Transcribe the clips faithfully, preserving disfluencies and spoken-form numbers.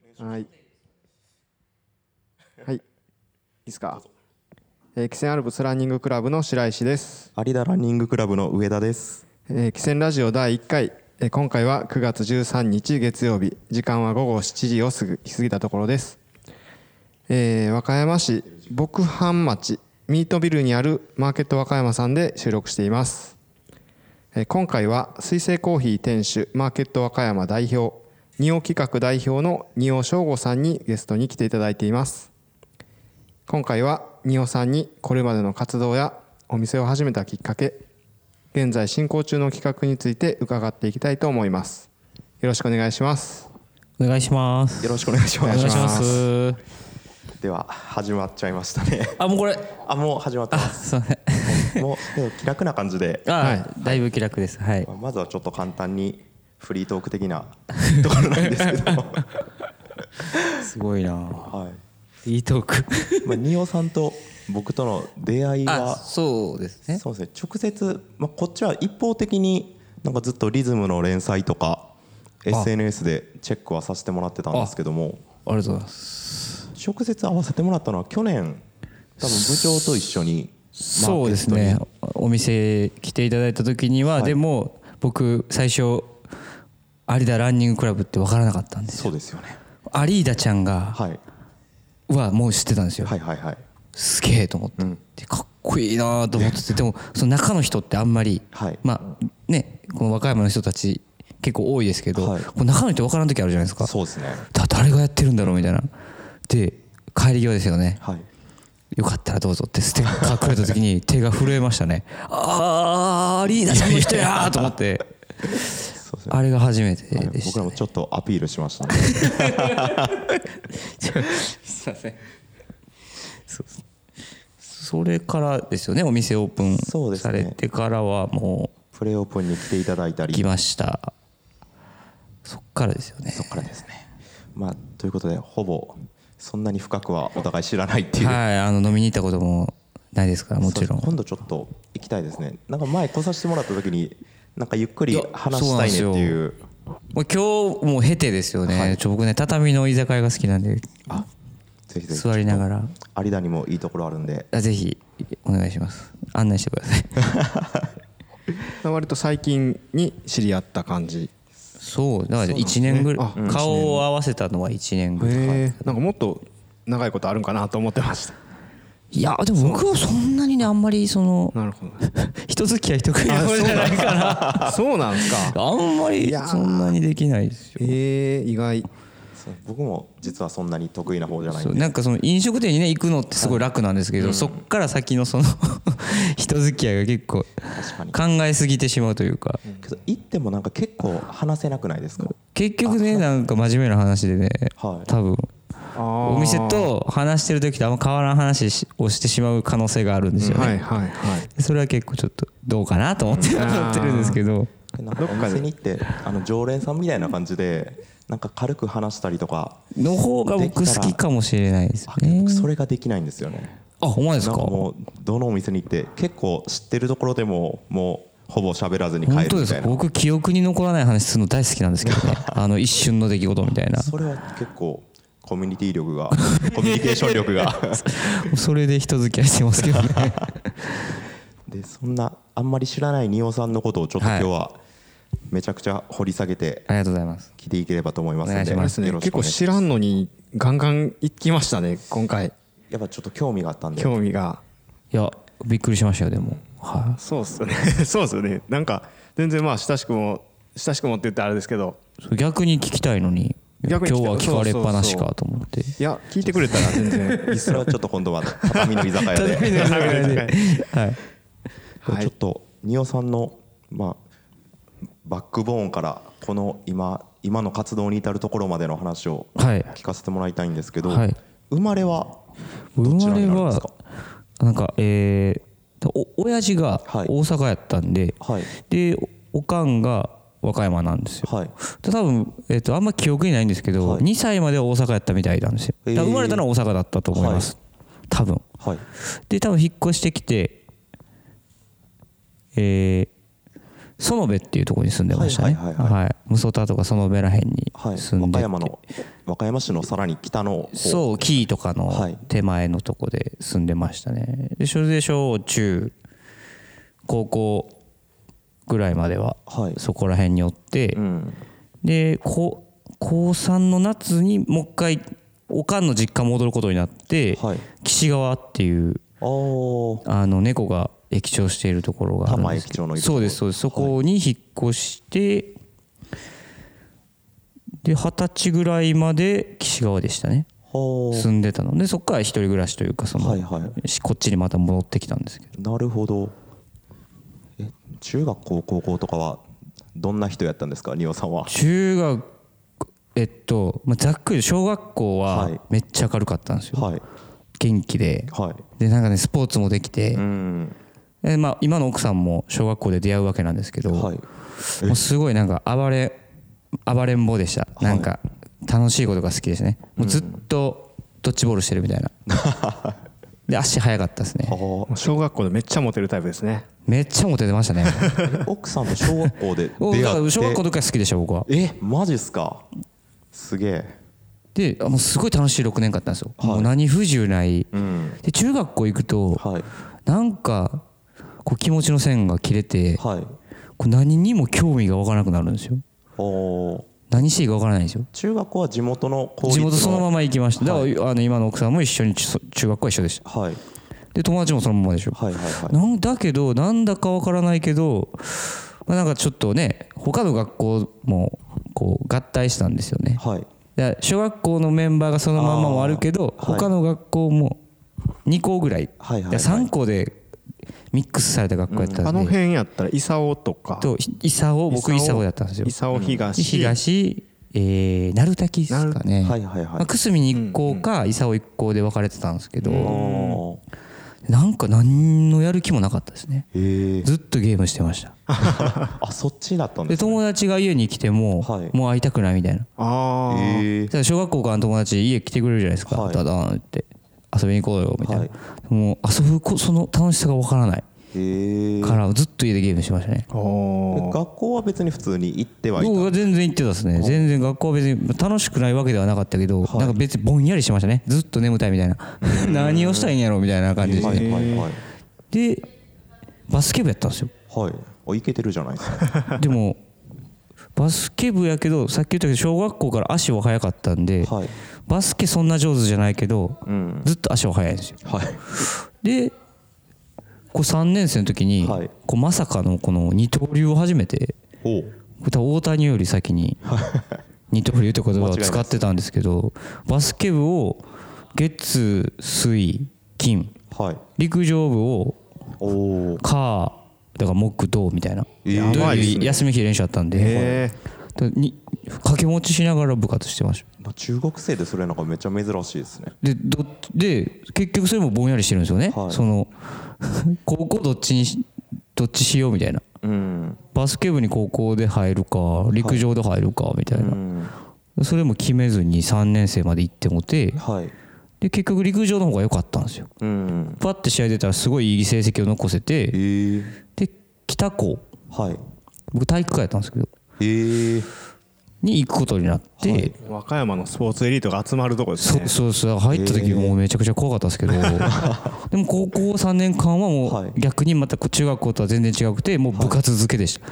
はい。はい。いいですか。えー、汽船アルプスランニングクラブの白石です。 有田ランニングクラブの上田です。 えー、汽船ラジオだいいっかい、えー、今回はくがつじゅうさんにち月曜日、時間はごごしちじを過ぎ過ぎたところです。えー、和歌山市牧飯町ミートビルにあるマーケット和歌山さんで収録しています。えー、今回は水星コーヒー店主マーケット和歌山代表仁尾企画代表の仁尾翔吾さんにゲストに来ていただいています。今回は仁尾さんにこれまでの活動やお店を始めたきっかけ、現在進行中の企画について伺っていきたいと思います。よろしくお願いします。 お願いします。 よろしくお願いします。 お願いします。 では始まっちゃいましたね。 あ、もうこれあ、もう始まってます。 そうね。 もうもう気楽な感じで、 あ、はい、だいぶ気楽です。はい。 まずはちょっと簡単にフリートーク的なところなんですけどすごいな。 はい。 フリートーク。 まあ仁尾さんと僕との出会いは、 そうですね。 そうですね。直接、まあこっちは一方的になんかずっとリズムの連載とか エスエヌエス でチェックはさせてもらってたんですけども、 ありがとうございます。 直接会わせてもらったのは去年、多分部長と一緒に。 そうですね。お店来ていただいた時には、はい、でも僕最初有田ランニングクラブって分からなかったんですよ。 そうですよね。 有田ちゃんが、はい、はもう知ってたんですよ。 はいはいはい。 すげえと思って、うん、かっこいいなと思ってて、でもその中の人ってあんまり、はい、まあね、この和歌山の人たち結構多いですけど、はい、この中の人分からん時あるじゃないですか。 そうですね。 だ誰がやってるんだろうみたいな。で帰り際ですよね。はい、よかったらどうぞってステッカーくれた時に手が震えましたね。ああ、リーダーさんの人やと思って。あれが初めてでしたね。 僕らもちょっとアピールしましたね。 すいません。そうそれからですよね。お店オープンされてからはもうプレオープンに来ていただいたり来ました。そっからですよね。 そっからですね。まあということでほぼそんなに深くはお互い知らないっていう。 はい、あの飲みに行ったこともないですからもちろん。 今度ちょっと行きたいですね。なんか前来させてもらった時になんかゆっくり話したいねっていう。 もう今日もう経てですよね。はい、ちょ僕ね畳の居酒屋が好きなんで。あ、 ぜひぜひ座りながら。 有田にもいいところあるんで。 ぜひお願いします。案内してください。 割と最近に知り合った感じ。 そうだからいちねんぐらい、ね、顔を合わせたのはいちねんぐらい。 なんかもっと長いことあるんかなと思ってました。 いやでも僕はそんなにねあんまりそのなるほど人付き合い得意な方じゃないからそうなんですか。 あんまりそんなにできないですよ。 えー、意外。 僕も実はそんなに得意な方じゃないんで。 なんかその飲食店にね行くのってすごい楽なんですけど、はい、そっから先のその人付き合いが結構考えすぎてしまうというか。 けど行ってもなんか結構話せなくないですか。 結局ねなんか真面目な話でね、はい、多分お店と話してる時とあんま変わらん話をしてしまう可能性があるんですよね。はいはいはい。それは結構ちょっとどうかなと思って思ってるんですけど。 なんかお店に行ってあの常連さんみたいな感じでなんか軽く話したりとかの方が僕好きかもしれないですね。 僕それができないんですよね。 あ、ほんまですか。 なんかもうどのお店に行って結構知ってるところでももうほぼ喋らずに帰るみたいな。 本当ですか。僕記憶に残らない話するの大好きなんですけどね。あの一瞬の出来事みたいな。 それは結構コミュニティ力がコミュニケーション力がそれで人付き合いしてますけどね。 でそんなあんまり知らない仁尾さんのことをちょっと今日はめちゃくちゃ掘り下げてありがとうございます聞いていければと思いますので、 結構知らんのにガンガン行きましたね今回。 やっぱちょっと興味があったんで。 興味がいやびっくりしましたよ。でも、 はい、そうっすよねそうっすよね。なんか全然まあ親しくも親しくもって言ってあれですけど逆に聞きたいのに今日は聞かれっぱなしかと思って。 いや聞いてくれたら全然それはちょっと今度は畳の居酒屋で畳の居酒屋ではい。ちょっと仁尾さんのまあバックボーンからこの今今の活動に至るところまでの話を聞かせてもらいたいんですけど、はい、生まれはどちらになるんですか。 生まれはなんかえー、お親父が大阪やったんで、はい、でおかんが和歌山なんですよ。はい、多分、えー、とあんま記憶にないんですけど、はい、にさいまでは大阪やったみたいなんですよ。だから生まれたのは大阪だったと思います、はい、多分、はい、で多分引っ越してきて、えー園部っていうところに住んでましたね。六十田とか園部らへんに住んでて、 はい、和歌山の和歌山市のさらに北の方、 そう紀伊とかの手前のとこで住んでましたね。でそれで小中高校ぐらいまではそこら辺におって、はいうん、で高さんの夏にもう一回おかんの実家戻ることになって、はい、岸川っていうあの猫が駅長しているところがあるんですけど、そうですそうです、そこに引っ越して、はい、で二十歳ぐらいまで岸川でしたね、住んでたので、そこから一人暮らしというかその、はいはい、こっちにまた戻ってきたんですけど。 なるほど。え中学校高校とかはどんな人やったんですか、仁尾さんは。 中学えっと、まあ、ざっくり小学校はめっちゃ明るかったんですよ、はい、元気で、はい、でなんかねスポーツもできて、うんでまあ、今の奥さんも小学校で出会うわけなんですけど、はい、もうすごいなんか暴れ暴れん坊でした、はい、なんか楽しいことが好きですね、もうずっとドッジボールしてるみたいなで足速かったですね。 小学校でめっちゃモテるタイプですね。 めっちゃモテてましたね奥さんと小学校で出会って小学校の時から好きでした僕は。 えマジっすか。すげえ。でもうすごい楽しいろくねんかんだったんですよ、はい、もう何不自由ない、うん、で中学校行くと、はい、なんかこう気持ちの線が切れて、はい、こう何にも興味が分からなくなるんですよ。お何していいか分からないんですよ。 中学校は地元の公立の地元そのまま行きました。だから、はい、あの今の奥さんも一緒に中学校は一緒でした、はい、で友達もそのままでしょ、はいはいはい、なんだけどなんだか分からないけど、まあ、なんかちょっとね他の学校もこう合体したんですよね、はい、で小学校のメンバーがそのままもあるけど、はい、他の学校もに校ぐらい、はいはいはい、さん校でミックスされた学校やったんで、うん、 あの辺やったら伊佐とかと伊佐僕伊佐やったんですよ。 伊佐東、 東、えー、鳴滝ですかね、はいはいはい、まあ、久住にいっ校か伊佐いっ校で分かれてたんですけど、うん、なんか何のやる気もなかったですね。ずっとゲームしてましたあそっちだったんですね。 で友達が家に来ても、はい、もう会いたくないみたいな。あ小学校からの友達家来てくれるじゃないですか、はい、ダダーンって遊びに行こうよみたいな、はい、もう遊ぶその楽しさが分からないからずっと家でゲームしてましたね。 学校は別に普通に行ってはいた。 僕は全然行ってたですね。全然学校は別に楽しくないわけではなかったけど、はい、なんか別にぼんやりしてましたね。ずっと眠たいみたいな何をしたいんやろみたいな感じで、はいはいはい、でバスケ部やったんですよ。 はい、おいけてるじゃないですかでもバスケ部やけどさっき言ったけど小学校から足は速かったんで、はい、バスケそんな上手じゃないけど、うん、ずっと足は速いんですよ、はい、でこうさんねん生の時に、はい、こうまさかのこの二刀流を始めて、お大谷より先に二刀流って言葉を使ってたんですけどバスケ部を月水金、はい、陸上部を火だから木土みたいな、えー、土曜日休み日練習あったんで、えー、に掛け持ちしながら部活してました。 中学生でそれなんかめっちゃ珍しいですね。 でどで結局それもぼんやりしてるんですよね、はい、その高校どっちにどっちしようみたいな、うん、バスケ部に高校で入るか陸上で入るかみたいな、はい、うん、それも決めずにさんねん生まで行ってもて、はい、で結局陸上の方が良かったんですよ、うん、パッて試合出たらすごいいい成績を残せて、で北高、はい、僕体育会やったんですけど、えー、に行くことになって、はい、 和歌山のスポーツエリートが集まるとこですね。 そうそうそう、入った時もうめちゃくちゃ怖かったですけど、えー、でも高校さんねんかんはもう逆にまた中学校とは全然違くてもう部活漬けでした、はい、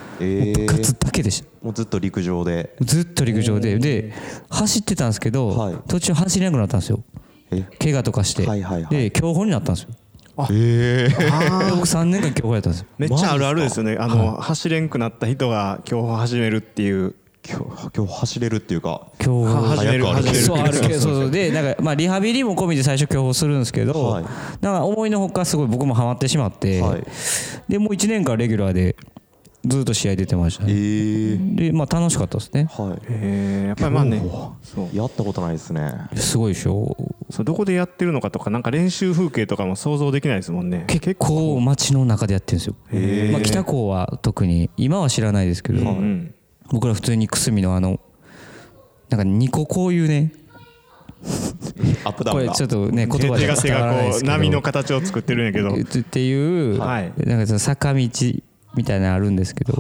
もう部活だけでした、 もうずっと陸上でずっと陸上でで走ってたんですけど、はい、途中走れなくなったんですよ、怪我とかして、はいはいはい、で競歩になったんですよ。あえー、僕さんねんかん競歩やったんですよ。 めっちゃあるあるですよね。あの、はい、走れんくなった人が競歩始めるっていう。 今日今日走れるっていうか競歩始める走れるそうあるけどそうそうでなんかまあリハビリも込みで最初競歩するんですけど、はい、なんか思いのほかすごい僕もハマってしまって、はい、でもういちねんかんレギュラーでずっと試合出てましたね、えー、でまあ楽しかったですね、はい、 へえやっぱりまあねそうやったことないですね。 すごいでしょ。 そうどこでやってるのかとかなんか練習風景とかも想像できないですもんね。 結構街の中でやってるんですよ、へー、まあ、北高は特に今は知らないですけど、うんうん、僕ら普通に久住のあのなんかにここういうねアップダウンがこれちょっとね言葉で伝わらないですけど波の形を作ってるんやけどっていう、はい、なんかその坂道みたいなのあるんですけど、はい、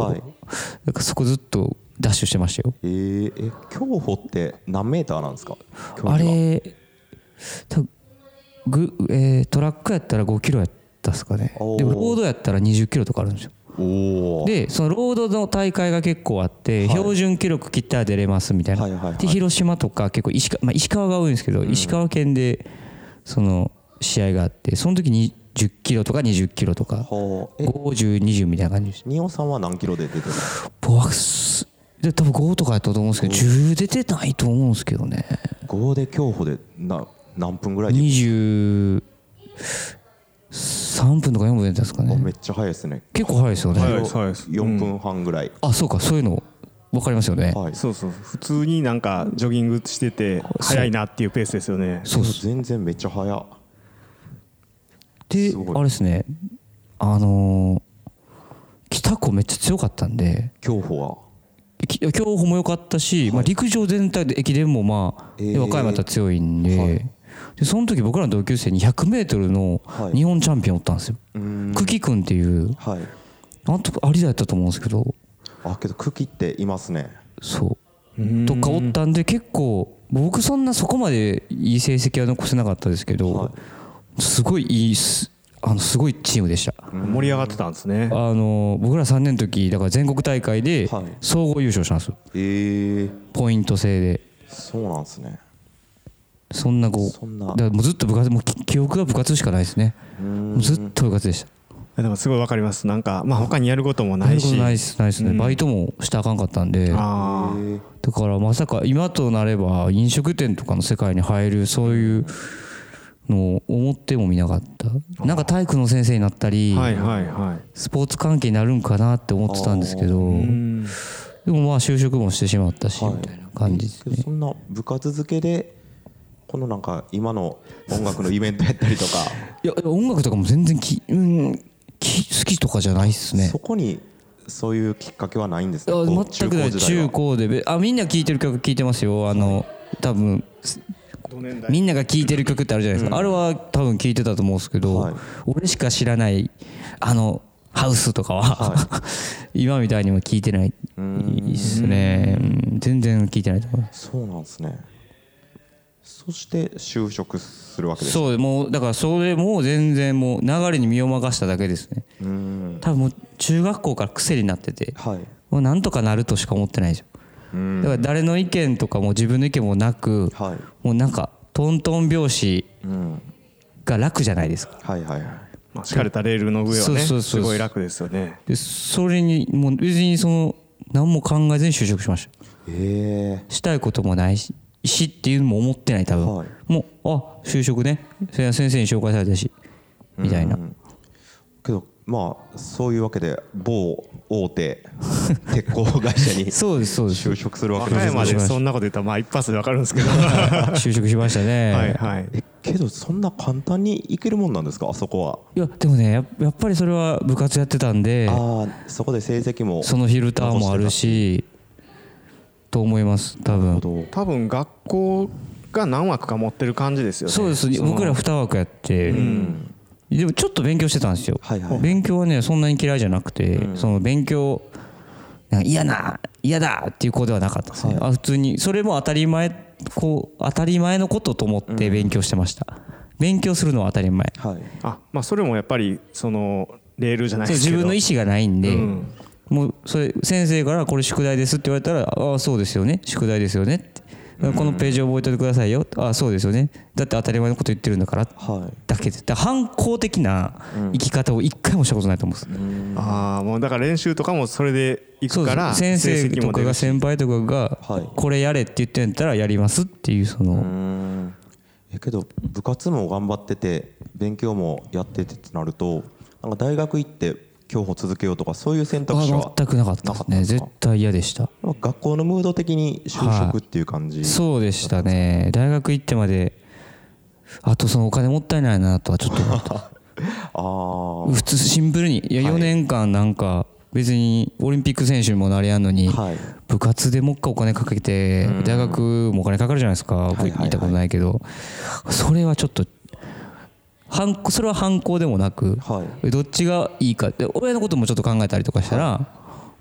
なんかそこずっとダッシュしてましたよ。 えー、え競歩って何メーターなんですか？ あれぐ、えー、トラックやったらごキロやったっすかね。でもロードやったらにじゅっキロとかあるんですよ。でそのロードの大会が結構あって、はい、標準記録切ったら出れますみたいな、はいはいはい、で広島とか結構石川、まあ、石川が多いんですけど、うん、石川県でその試合があって、その時にじゅっキロとかにじゅっキロとかごじゅう、にじゅうみたいな感じです。 仁尾さんは何キロで出てるの？ 僕で多分ごとかやったと思うんですけど、じゅう出てないと思うんですけどね。ごで競歩でな何分ぐらいで？ にじゅうさんぷんとかよんぷんやったんですかね。 めっちゃ早いですね。 結構早いですよね。 早い早いです。 よんぷんはんぐらい、うん、 あ、そうか、そういうの分かりますよね、 はい、そうそう、普通になんかジョギングしてて早いなっていうペースですよね。 そう全然めっちゃ早で、あれですね、あのー、北区めっちゃ強かったんで、 競歩は競歩も良かったし、はい、まあ、陸上全体で駅伝もまあ、えー、和歌山だったら強いんで、はい、でその時僕らの同級生にひゃくメートルの日本チャンピオンおったんですよ、はい、久喜君っていう、はい、なんとか有田やったと思うんですけど、 あけど久喜っていますね。 そうとかおったんで、結構僕そんなそこまでいい成績は残せなかったですけど、はい、すごいいいあのすごいチームでした。 盛り上がってたんですね。 あの僕らさんねんの時だから全国大会で総合優勝したんですよ、 えー、 ポイント制で。 そうなんですね。 そんなこうそんなだからもうずっと部活、もう記憶が部活しかないですね。もうずっと部活でした。 でもすごいわかります。なんかまあ他にやることもないし、やることないですないですね、うん、バイトもしたらあかんかったんで、あだからまさか今となれば飲食店とかの世界に入るそういうのを思ってもみなかった。なんか体育の先生になったり、はいはいはい、スポーツ関係になるんかなって思ってたんですけど、でもまあ就職もしてしまったし、はい、みたいな感じですね。 そんな部活付けでこのなんか今の音楽のイベントやったりとかいや音楽とかも全然き、うん、き好きとかじゃないっすね。 そこにそういうきっかけはないんですか？ 全くない。中高であみんな聴いてる曲聴いてますよ。あの多分みんなが聴いてる曲ってあるじゃないですか、うん、あれは多分聴いてたと思うんですけど、はい、俺しか知らないあのハウスとかは、はい、今みたいにも聴いてないですね。全然聴いてないと思います。 そうなんですね。そして就職するわけです。 そうもうだからそれも全然もう流れに身を任しただけですね。うん多分もう中学校から癖になってて、はい、もうなんとかなるとしか思ってないですよ。だから誰の意見とかも自分の意見もなく、はい、もうなんかトントン拍子が楽じゃないですか。はいはいはい。 まあ、敷かれたレールの上はねすごい楽ですよね。 でそれにもう別にその何も考えずに就職しました。えー、したいこともないししっていうのも思ってない多分、はい、もうあ就職ね先生に紹介されたしみたいな。 けどまあそういうわけで某大手鉄鋼会社にそうですそうです就職するわけです。 和歌山でそんなこと言ったらまあ一発で分かるんですけど就職しましたね。 はいはい。 えけどそんな簡単にいけるもんなんですかあそこは？ いやでもね や, やっぱりそれは部活やってたんで、 あそこで成績もそのフィルターもあるしと思います多分。 多分学校が何枠か持ってる感じですよね。 そうです。僕らに枠やって、うん、でもちょっと勉強してたんですよ、はいはい、勉強はねそんなに嫌いじゃなくて、うん、その勉強なんか嫌な嫌だっていう子ではなかったですね、はい、あ普通にそれも当たり前こう当たり前のことと思って勉強してました、うん、勉強するのは当たり前、はい、 あまあそれもやっぱりそのレールじゃないですけど自分の意思がないんで、うん、もうそれ先生からこれ宿題ですって言われたらああそうですよね宿題ですよねってこのページ覚えておいてくださいよ。ああそうですよね。だって当たり前のこと言ってるんだから、はい、だけでだ反抗的な生き方を一回もしたことないと思うんです、うん、 ああもうだから練習とかもそれでいくから先生とかが先輩とかがこれやれって言ってんだったらやりますっていうそのうんえけど部活も頑張ってて勉強もやっててってなるとなんか大学行って競歩続けようとかそういう選択肢は全くなかったですね。絶対嫌でした。 学校のムード的に就職っていう感じ、 はい、そうでしたね。大学行ってまであとそのお金もったいないなとはちょっと思ったあ普通シンプルにいやよねんかんなんか別にオリンピック選手にもなりやんのに部活でもっかお金かけて大学もお金かかるじゃないですか。僕行ったことないけどそれはちょっとそれは反抗でもなく、はい、どっちがいいかって親のこともちょっと考えたりとかしたら、はい、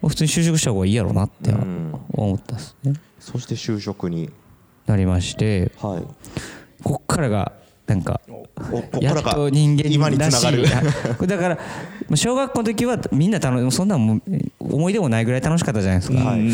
普通に就職した方がいいやろうなって思ったんですね。 そして就職になりまして、はい、こっからがなんかやっと人間らしいだから小学校の時はみんな楽しそんなも思い出もないぐらい楽しかったじゃないですか、はい、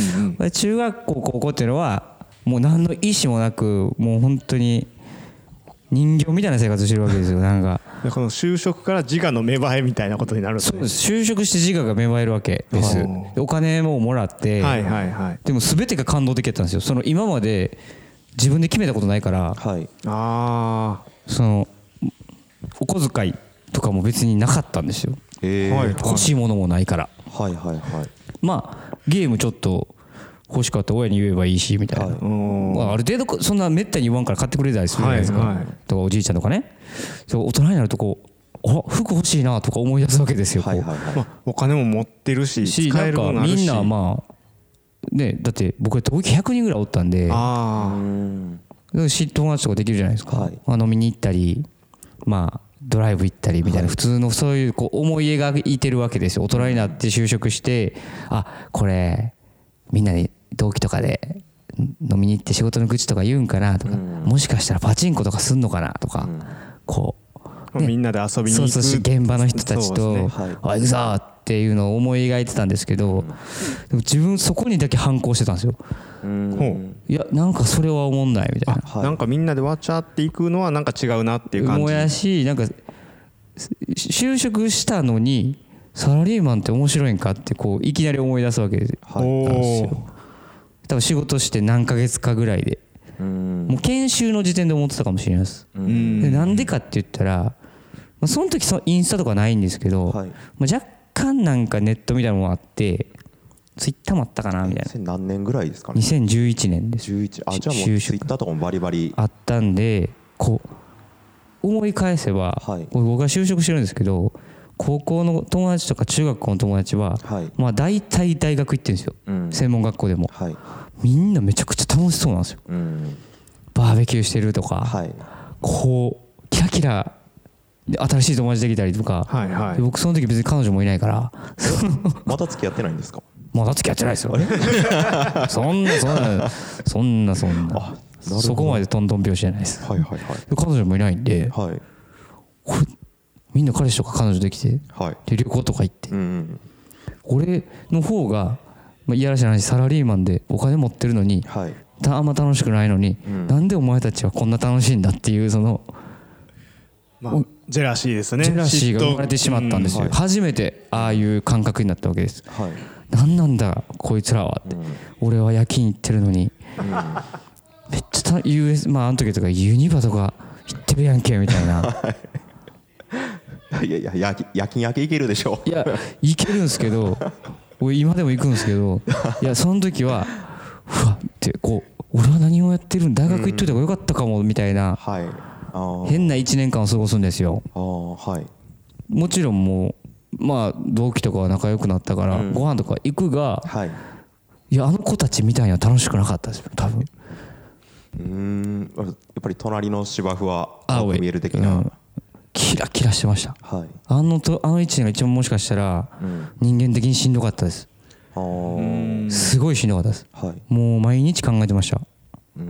中学校高校っていうのはもう何の意思もなくもう本当に人形みたいな生活してるわけですよ。なんかこの就職から自我の芽生えみたいなことになるんですね。 そうです。就職して自我が芽生えるわけです。お金ももらって、はいはいはい、でも全てが感動的だったんですよ。その今まで自分で決めたことないから、はい、あそのお小遣いとかも別になかったんですよ、えー、欲しいものもないから、はいはいはい、まあゲームちょっと欲しかったら親に言えばいいしみたいな、はいまあ、ある程度そんなめったに言わんから買ってくれたりするじゃないですか、はいはい、とかおじいちゃんとかね。そう大人になるとこうあ服欲しいなとか思い出すわけですよ、はいはいはいまあ、お金も持ってるし使える分あるしみんなまあね、だって僕同期ひゃくにんぐらいおったんであ友達とかできるじゃないですか、はいまあ、飲みに行ったり、まあ、ドライブ行ったりみたいな、はい、普通のそういうこう思い描いてるわけですよ。大人になって就職してあこれみんなで同期とかで飲みに行って仕事の愚痴とか言うんかなとかもしかしたらパチンコとかすんのかなとかこう、ね、みんなで遊びに行くそうそう現場の人たちと「おい行くぞ!」っていうのを思い描いてたんですけど、うん、でも自分そこにだけ反抗してたんですよ。うんいやなんかそれは思んないみたいな、 はい、なんかみんなでわちゃっていくのはなんか違うなっていう感じもやしなんか就職したのにサラリーマンって面白いんかってこういきなり思い出すわけです、はい、なんですよ。多分仕事して何ヶ月かぐらいでうんもう研修の時点で思ってたかもしれないです。うんでなんでかって言ったら、まあ、その時そのインスタとかないんですけど、はいまあ、若干なんかネットみたいなのもあってツイッターもあったかなみたいな。 何年ぐらいですかね。 にせんじゅういちねんです。 じゅういちあじゃあもうツイッターとかもバリバリあったんでこう思い返せば、はい、僕が就職してるんですけど高校の友達とか中学校の友達は、はい、まあ大体大学行ってるんですよ、うん、専門学校でも、はい、みんなめちゃくちゃ楽しそうなんですよ、うん、バーベキューしてるとか、はい、こうキラキラ新しい友達できたりとか、はいはい、僕その時別に彼女もいないからまだ付き合ってないんですか。 まだ付き合ってないですよそんなそんなそんなそんなそこまでトントン拍子じゃないです、はいはいはい、彼女もいないんで、はい、これみんな彼氏とか彼女できて、はい、で旅行とか行って、うんうん、俺の方が、まあ、いやらしい話サラリーマンでお金持ってるのに、はい、あんま楽しくないのに、うん、なんでお前たちはこんな楽しいんだっていうその、 まあ、ジェラシーですね。 ジェラシーが生まれてしまったんですよ、うんはい、初めてああいう感覚になったわけです、はい、何なんだこいつらはって、うん、俺は夜勤行ってるのに、うん、めっちゃ ユーエス まああの時とかユニバとか行ってるやんけみたいな、はいいやいや夜勤明け行けるでしょ。 いや行けるんですけど俺今でも行くんですけどいやその時はうわってこう俺は何をやってるん大学行っといた方がよかったかもみたいな、うんはい、あ変ないちねんかんを過ごすんですよ。あ、はい、もちろんもうまあ同期とかは仲良くなったから、うん、ご飯とか行くが、はい、いやあの子たちみたいには楽しくなかったですよ多分。 うーんやっぱり隣の芝生は青く見える的な、うんキラキラしてました、はい、あのとあのいちねんが一番もしかしたら人間的にしんどかったです、うん、すごいしんどかったです、はい、もう毎日考えてました、うん、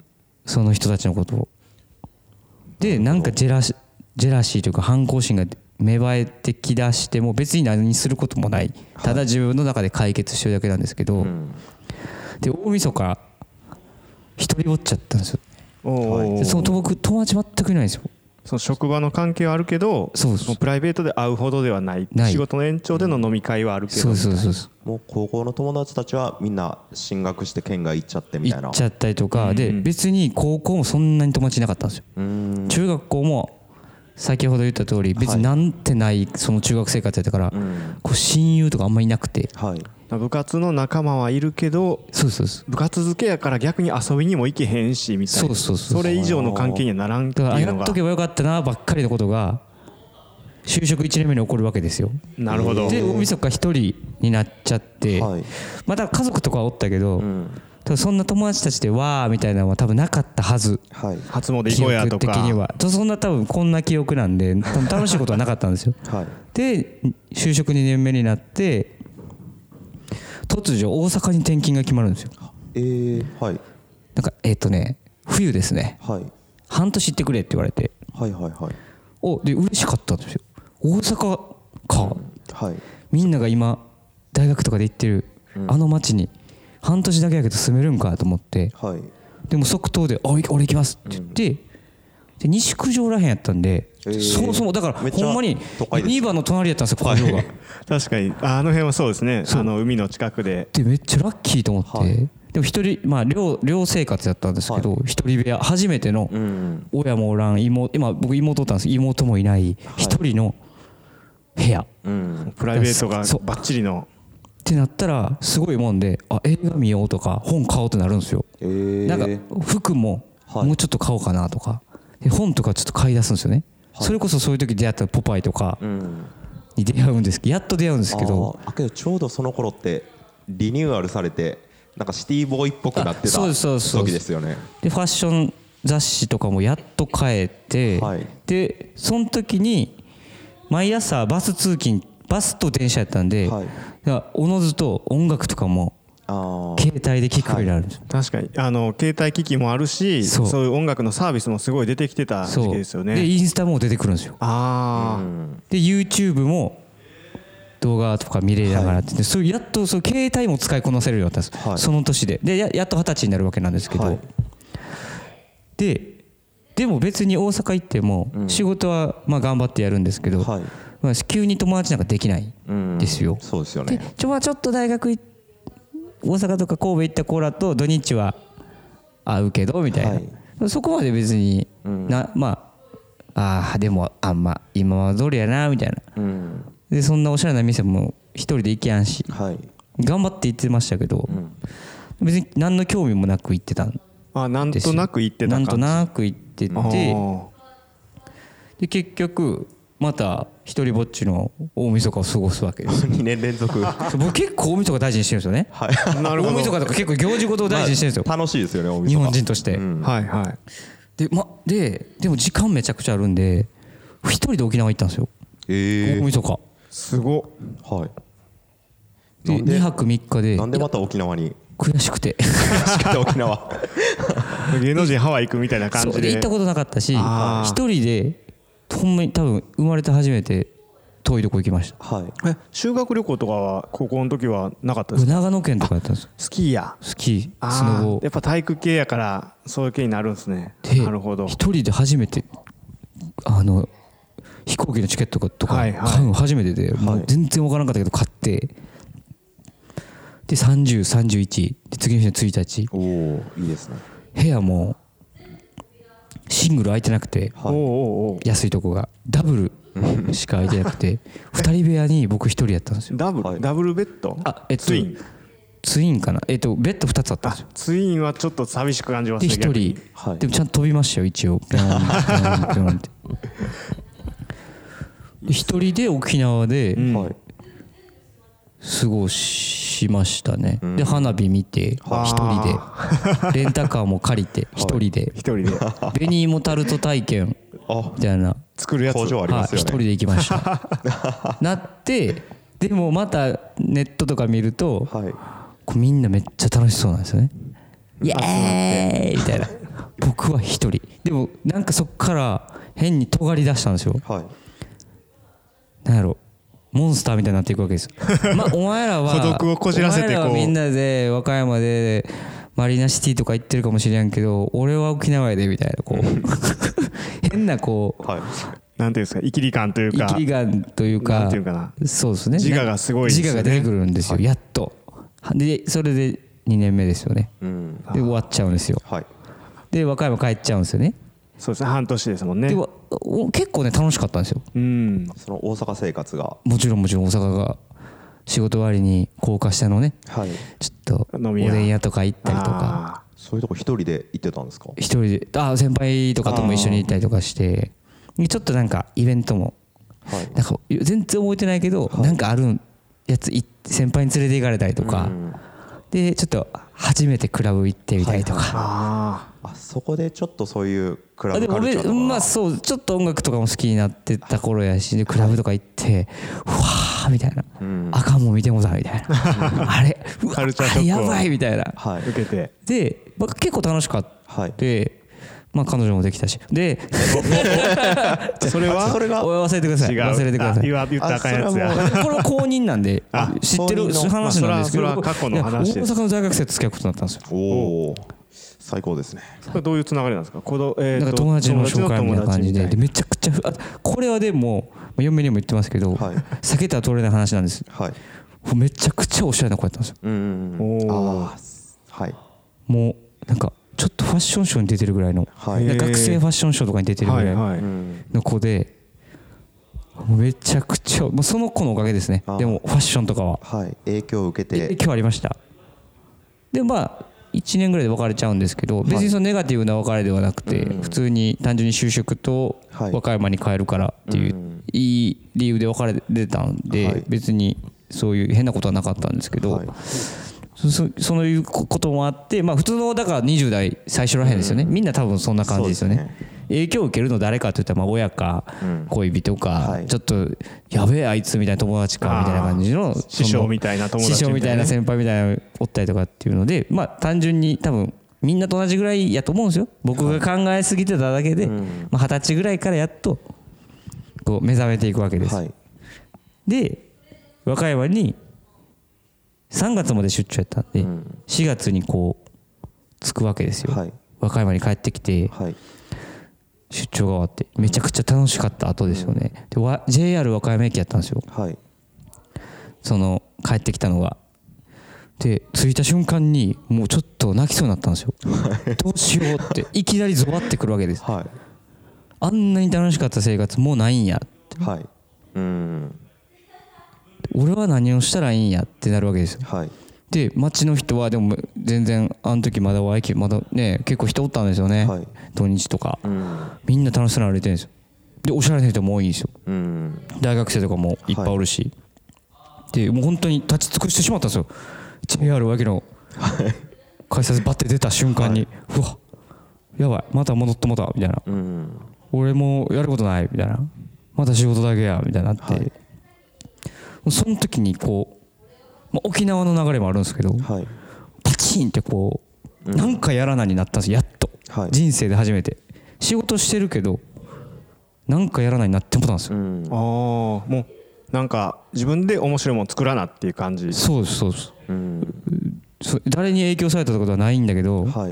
その人たちのことをでなんかジェラシジェラシーというか反抗心が芽生えてきだしても別に何することもないただ自分の中で解決してるだけなんですけど、はい、で大晦日一人ぼっちゃったんですよ、はい、でその僕友達全くいないんですよ。 その職場の関係はあるけどそうそうプライベートで会うほどではない仕事の延長での飲み会はあるけどそうそうそうもう高校の友達たちはみんな進学して県外行っちゃってみたいな行っちゃったりとか、うん、で別に高校もそんなに友達いなかったんですよ、うん、中学校も先ほど言った通り別になんてないその中学生活やったから、はい、こう親友とかあんまりいなくて、はい、 部活の仲間はいるけどそうそうそう部活付けやから逆に遊びにも行けへんしみたいなそうそうそうそれ以上の関係にはならんっていうのがだからやっとけばよかったなばっかりのことが就職いちねんめに起こるわけですよ。 なるほど。 で大晦日一人になっちゃって、はい、また家族とかはおったけど、うんそんな友達たちでわーみたいなのは多分なかったはず、はい、 初詣行こうやとか記憶的にはそんな多分こんな記憶なんで多分楽しいことはなかったんですよ、はい、で就職にねんめになって突如大阪に転勤が決まるんですよ。 えー、はい。 なんかえっとね冬ですね、 はい、 半年行ってくれって言われて、 はいはいはい、 おで嬉しかったんですよ。大阪か、うん、はい、みんなが今大学とかで行ってる、うん、あの町に半年だけやけど住めるんかと思って、はい、でも即答で「あ俺行きます」って言って、うん、で西九条らへんやったんで、えー、そもそもだからほんまににばんの隣やったんですよ工場が。 確かにあの辺はそうですね、あの海の近くで。 でめっちゃラッキーと思って、はい、でも一人まあ 寮, 寮生活やったんですけど、一、はい、人部屋初めての、うん、親もおらん妹、今僕妹おったんですけど妹もいない一人の部屋、はいうん、プライベートがバッチリのってなったらすごいもんで、あ映画見ようとか本買おうってなるんですよ、えー、なんか服ももうちょっと買おうかなとか、で本とかちょっと買い出すんですよね、はい、それこそそういう時出会ったポパイとかに出会うんですけど、やっと出会うんですけど、 あけどちょうどその頃ってリニューアルされてなんかシティボーイっぽくなってた時ですよね。 でファッション雑誌とかもやっと変えて、はい、でその時に毎朝バス通勤バスと電車やったんで、はい、おのずと音楽とかも携帯で聴くようになるんですよ、 はい、確かにあの携帯機器もあるし、そう、そういう音楽のサービスもすごい出てきてた時期ですよね。 でインスタも出てくるんですよ。 あで YouTube も動画とか見れながらって、はい、そうやっとそう携帯も使いこなせるようになったんです、はい、その年でで や, やっと二十歳になるわけなんですけど、はい、ででも別に大阪行っても仕事はまあ頑張ってやるんですけど、はい、まあ、急に友達なんかできないんですよ、 うん、そうですよね。 でちょ, ちょっと大学大阪とか神戸行った子らと土日は会うけどみたいな、はい、そこまで別に、うん、なまああでもあんま今は通りやなみたいな、うん、でそんなおしゃれな店も一人で行けやんし、はい、頑張って行ってましたけど、うん、別に何の興味もなく行ってたんですよ。 あなんとなく行ってた感じ。 なんとなく行ってて、で結局また一人ぼっちの大晦日を過ごすわけです。 にねん連続僕結構大晦日大事にしてるんですよね、はい、なるほど。大晦日とか結構行事事を大事にしてるんですよ、 まあ、楽しいですよね大晦日日本人として、うん、 はいはい。 で、ま、ででも時間めちゃくちゃあるんで一人で沖縄行ったんですよ、えー、大晦日すごっ、 はい、 でにはくみっかで。 なんでまた沖縄に。 悔しくて悔しくて沖縄芸能人ハワイ行くみたいな感じで行ったことなかったし、一人でほんまに多分生まれて初めて遠いとこ行きました、はい、 え修学旅行とかは高校の時はなかったですか。 長野県とかやったんですよ。 スキーやスキースノボー、 やっぱ体育系やからそういう系になるんですね。なるほど。 一人で初めてあの飛行機のチケットとか買うの初めてで、もう全然分からなかったけど買って、でさんじゅう、さんじゅういちで次の日のついたち、 おおいいですね。 部屋もシングル空いてなくて、はい、安いとこがダブルしか空いてなくてふたり部屋に僕ひとりやったんですよ。 ダブル、はい、ダブルベッド。 あ、えっと、 ツインツインかな、えっとベッドふたつあったんですよ。 ツインはちょっと寂しく感じますね。 でひとり、はい、でもちゃんと飛びましたよ一応ピョンピョンピョンってひとりで沖縄で、うん、過ごしましたね、うん、で花火見て一人でレンタカーも借りて一人で一人で紅芋タルト体験みたいな作るやつ工場ありますよね。 一人で行きましたなってでもまたネットとか見ると、はい、こうみんなめっちゃ楽しそうなんですよね。イエーイみたいな僕は一人でもなんかそっから変に尖り出したんですよ、はい、なんやろモンスターみたいになっていくわけですまあお前らは孤独をこじらせてこうお前らはみんなで和歌山でマリーナシティとか行ってるかもしれんけど俺は沖縄やでみたいなこう変なこう、はい、 なんていうんですか、イキリ感というか、 イキリ感というか、 なんていうかな、 そうですね、 自我がすごいですよね。 自我が出てくるんですよ、はい、やっとでそれでにねんめですよね、うん、で終わっちゃうんですよ、はい、で和歌山帰っちゃうんですよね。 そうですね、半年ですもんね。で結構ね楽しかったんですよ、 うん、その大阪生活がもちろんもちろん大阪が仕事終わりに高架下のね、はい、ちょっとおでん屋とか行ったりとか。 そういうとこ一人で行ってたんですか。 一人で、あ先輩とかとも一緒に行ったりとかしてちょっとなんかイベントも、はい、なんか全然覚えてないけど、はい、なんかあるやつ先輩に連れて行かれたりとか、うん、でちょっと初めてクラブ行ってみたりとか、はいはい、 ああそこでちょっとそういうクラブカルチャーとか、 まあそうちょっと音楽とかも好きになってた頃やしでクラブとか行ってうわーわみたいな、うん、あかんもん見てもだみたいなあれうわあれやばいみたいな、 はい、受けてで、まあ、結構楽しかった、はい、でまあ彼女もできたしでそれはそれが忘れてください忘れてください言ったらあかんやつやこれは公認なんで知ってる話なんですけど、 まあ、過去の話です。 大阪の大学生と付き合うことになったんですよ。 おお最高ですね。 これどういうつながりなんですか。この、えー、 なんか友達の紹介みたいな感じで、でめちゃくちゃこれはでも嫁にも言ってますけど、はい、避けたら取れない話なんです、はい、めちゃくちゃおしゃれな子やったんですよ。うんおあはいもうなんかちょっとファッションショーに出てるぐらいの、はい、学生ファッションショーとかに出てるぐらいの子で、めちゃくちゃ、まあ、その子のおかげですね。でもファッションとかは、 はい、影響を受けて影響ありました。でまあいちねんぐらいで別れちゃうんですけど、別にそのネガティブな別れではなくて、普通に単純に就職と和歌山に帰るからっていういい理由で別れてたんで、別にそういう変なことはなかったんですけど、そそういうこともあって、まあ普通のだからにじゅう代最初らへんですよね。みんな多分そんな感じですよね。影響を受けるの誰かっていったらまあ親か恋人かちょっとやべえあいつみたいな友達かみたいな感じの師匠みたいな友達師匠みたいな先輩みたいなおったりとかっていうので、まあ単純に多分みんなと同じぐらいやと思うんですよ。僕が考えすぎてただけでまあ二十歳ぐらいからやっとこう目覚めていくわけです。で和歌山にさんがつまで出張やったんでしがつにこう着くわけですよ。和歌山に帰ってきて出張が終わってめちゃくちゃ楽しかった後ですよね。で ジェイアール 和歌山駅やったんですよ、はい、その帰ってきたのが。で着いた瞬間にもうちょっと泣きそうになったんですよどうしようっていきなりゾワってくるわけです、はい、あんなに楽しかった生活もうないんやって、はい、うん俺は何をしたらいいんやってなるわけですよ、はい、で町の人はでも全然あの時まだワイキまだね結構人おったんですよね、はい、土日とか、うん、みんな楽しそうに歩いてるんですよ。でおしゃれな人も多いんですよ、うん、大学生とかもいっぱいおるし、はい、でもう本当に立ち尽くしてしまったんですよ。 ジェイアール わけの改札バッて出た瞬間に、はい、うわやばいまた戻ってもたみたいな、うん、俺もやることないみたいなまた仕事だけやみたいになって、はい、その時にこう、まあ、沖縄の流れもあるんですけど、はい、パチンってこう、うん、なんかやらなになったんですやっと、はい、人生で初めて仕事してるけどなんかやらないになってもたんですよ、うん、 ああもうなんか自分で面白いもの作らなっていう感じ。 そうですそうです、うん、誰に影響されたことはないんだけど、はい、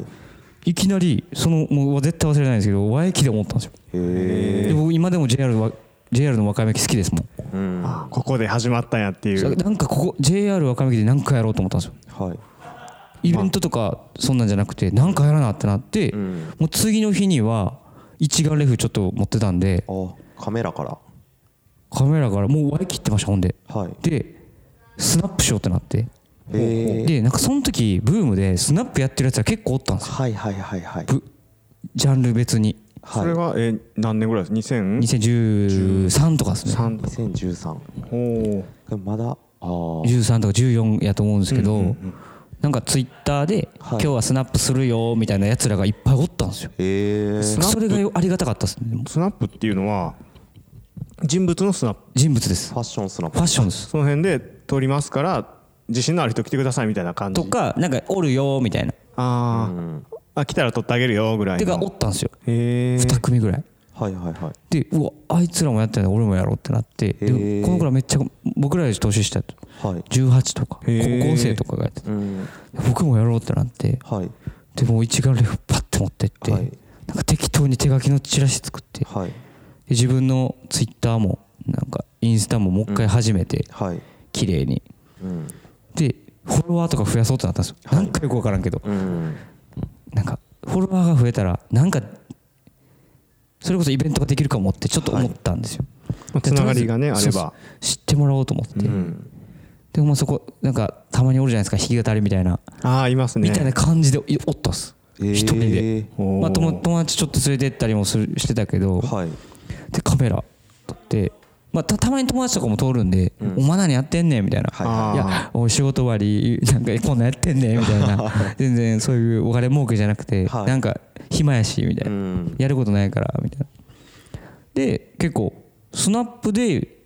いきなりそのもう絶対忘れないんですけど和駅で思ったんですよ。へで僕今でも ジェイアール は ジェイアール の和歌山駅好きですもん、うん、 あここで始まったんやっていう。 なんかここ ジェイアール 和歌山駅で何かやろうと思ったんですよ、はい、イベントとかそんなんじゃなくて何かやらなってなって、うん、もう次の日には一眼レフちょっと持ってたんで、 あカメラからカメラからもう割り切ってましたほんで、はい、でスナップしようってなって、でなんかその時ブームでスナップやってるやつは結構おったんですよ、はいはいはいはい、ジャンル別に。 それはえ何年ぐらいです？にせんにせんじゅうさんとかですね。 にせんじゅうさん。ほう。まだあじゅうさんとかじゅうよんやと思うんですけど、うんうんうん、なんかツイッターで、はい、今日はスナップするよみたいなやつらがいっぱいおったんですよ。へえ。それがありがたかったですね。 スナップっていうのは人物のスナップ。 人物です。 ファッションスナップ。 ファッションです。 その辺で撮りますから自信のある人来てくださいみたいな感じ。 とかなんかおるよみたいな。ああ。うんあ来たら撮ってあげるよぐらいの。 てかおったんですよ。へえ。に組ぐらい。 はいはいはい。 でうわあいつらもやってるの俺もやろうってなって、でこの子らめっちゃ僕らより年下と、はい、じゅうはちとか高校生とかがやってて、うん、僕もやろうってなって、はい、でもう一眼レフパッて持ってって、はい、なんか適当に手書きのチラシ作って、はい、で自分のツイッターもなんかインスタももう一回始めて、うんはい、綺麗に、うん、でフォロワーとか増やそうってなったんですよ、はい、なんかよく分からんけど、うん、なんかフォロワーが増えたらなんかそれこそイベントができるかもってちょっと思ったんですよ、 はい、つながりがねあれば知ってもらおうと思って、うん、でもまあそこなんかたまにおるじゃないですか弾き語りみたいな、 あいますねみたいな感じでおったっす、えー、一人で、まあ、友達ちょっと連れてったりもするしてたけど、はい、でカメラ撮って、まあ、た, たまに友達とかも通るんで、うん、お前何やってんねんみたいな、はい、いやお仕事終わりなんかこんなんやってんねんみたいな全然そういうお金儲けじゃなくて、はい、なんか暇やしみたいな、うん、やることないからみたいなで結構スナップで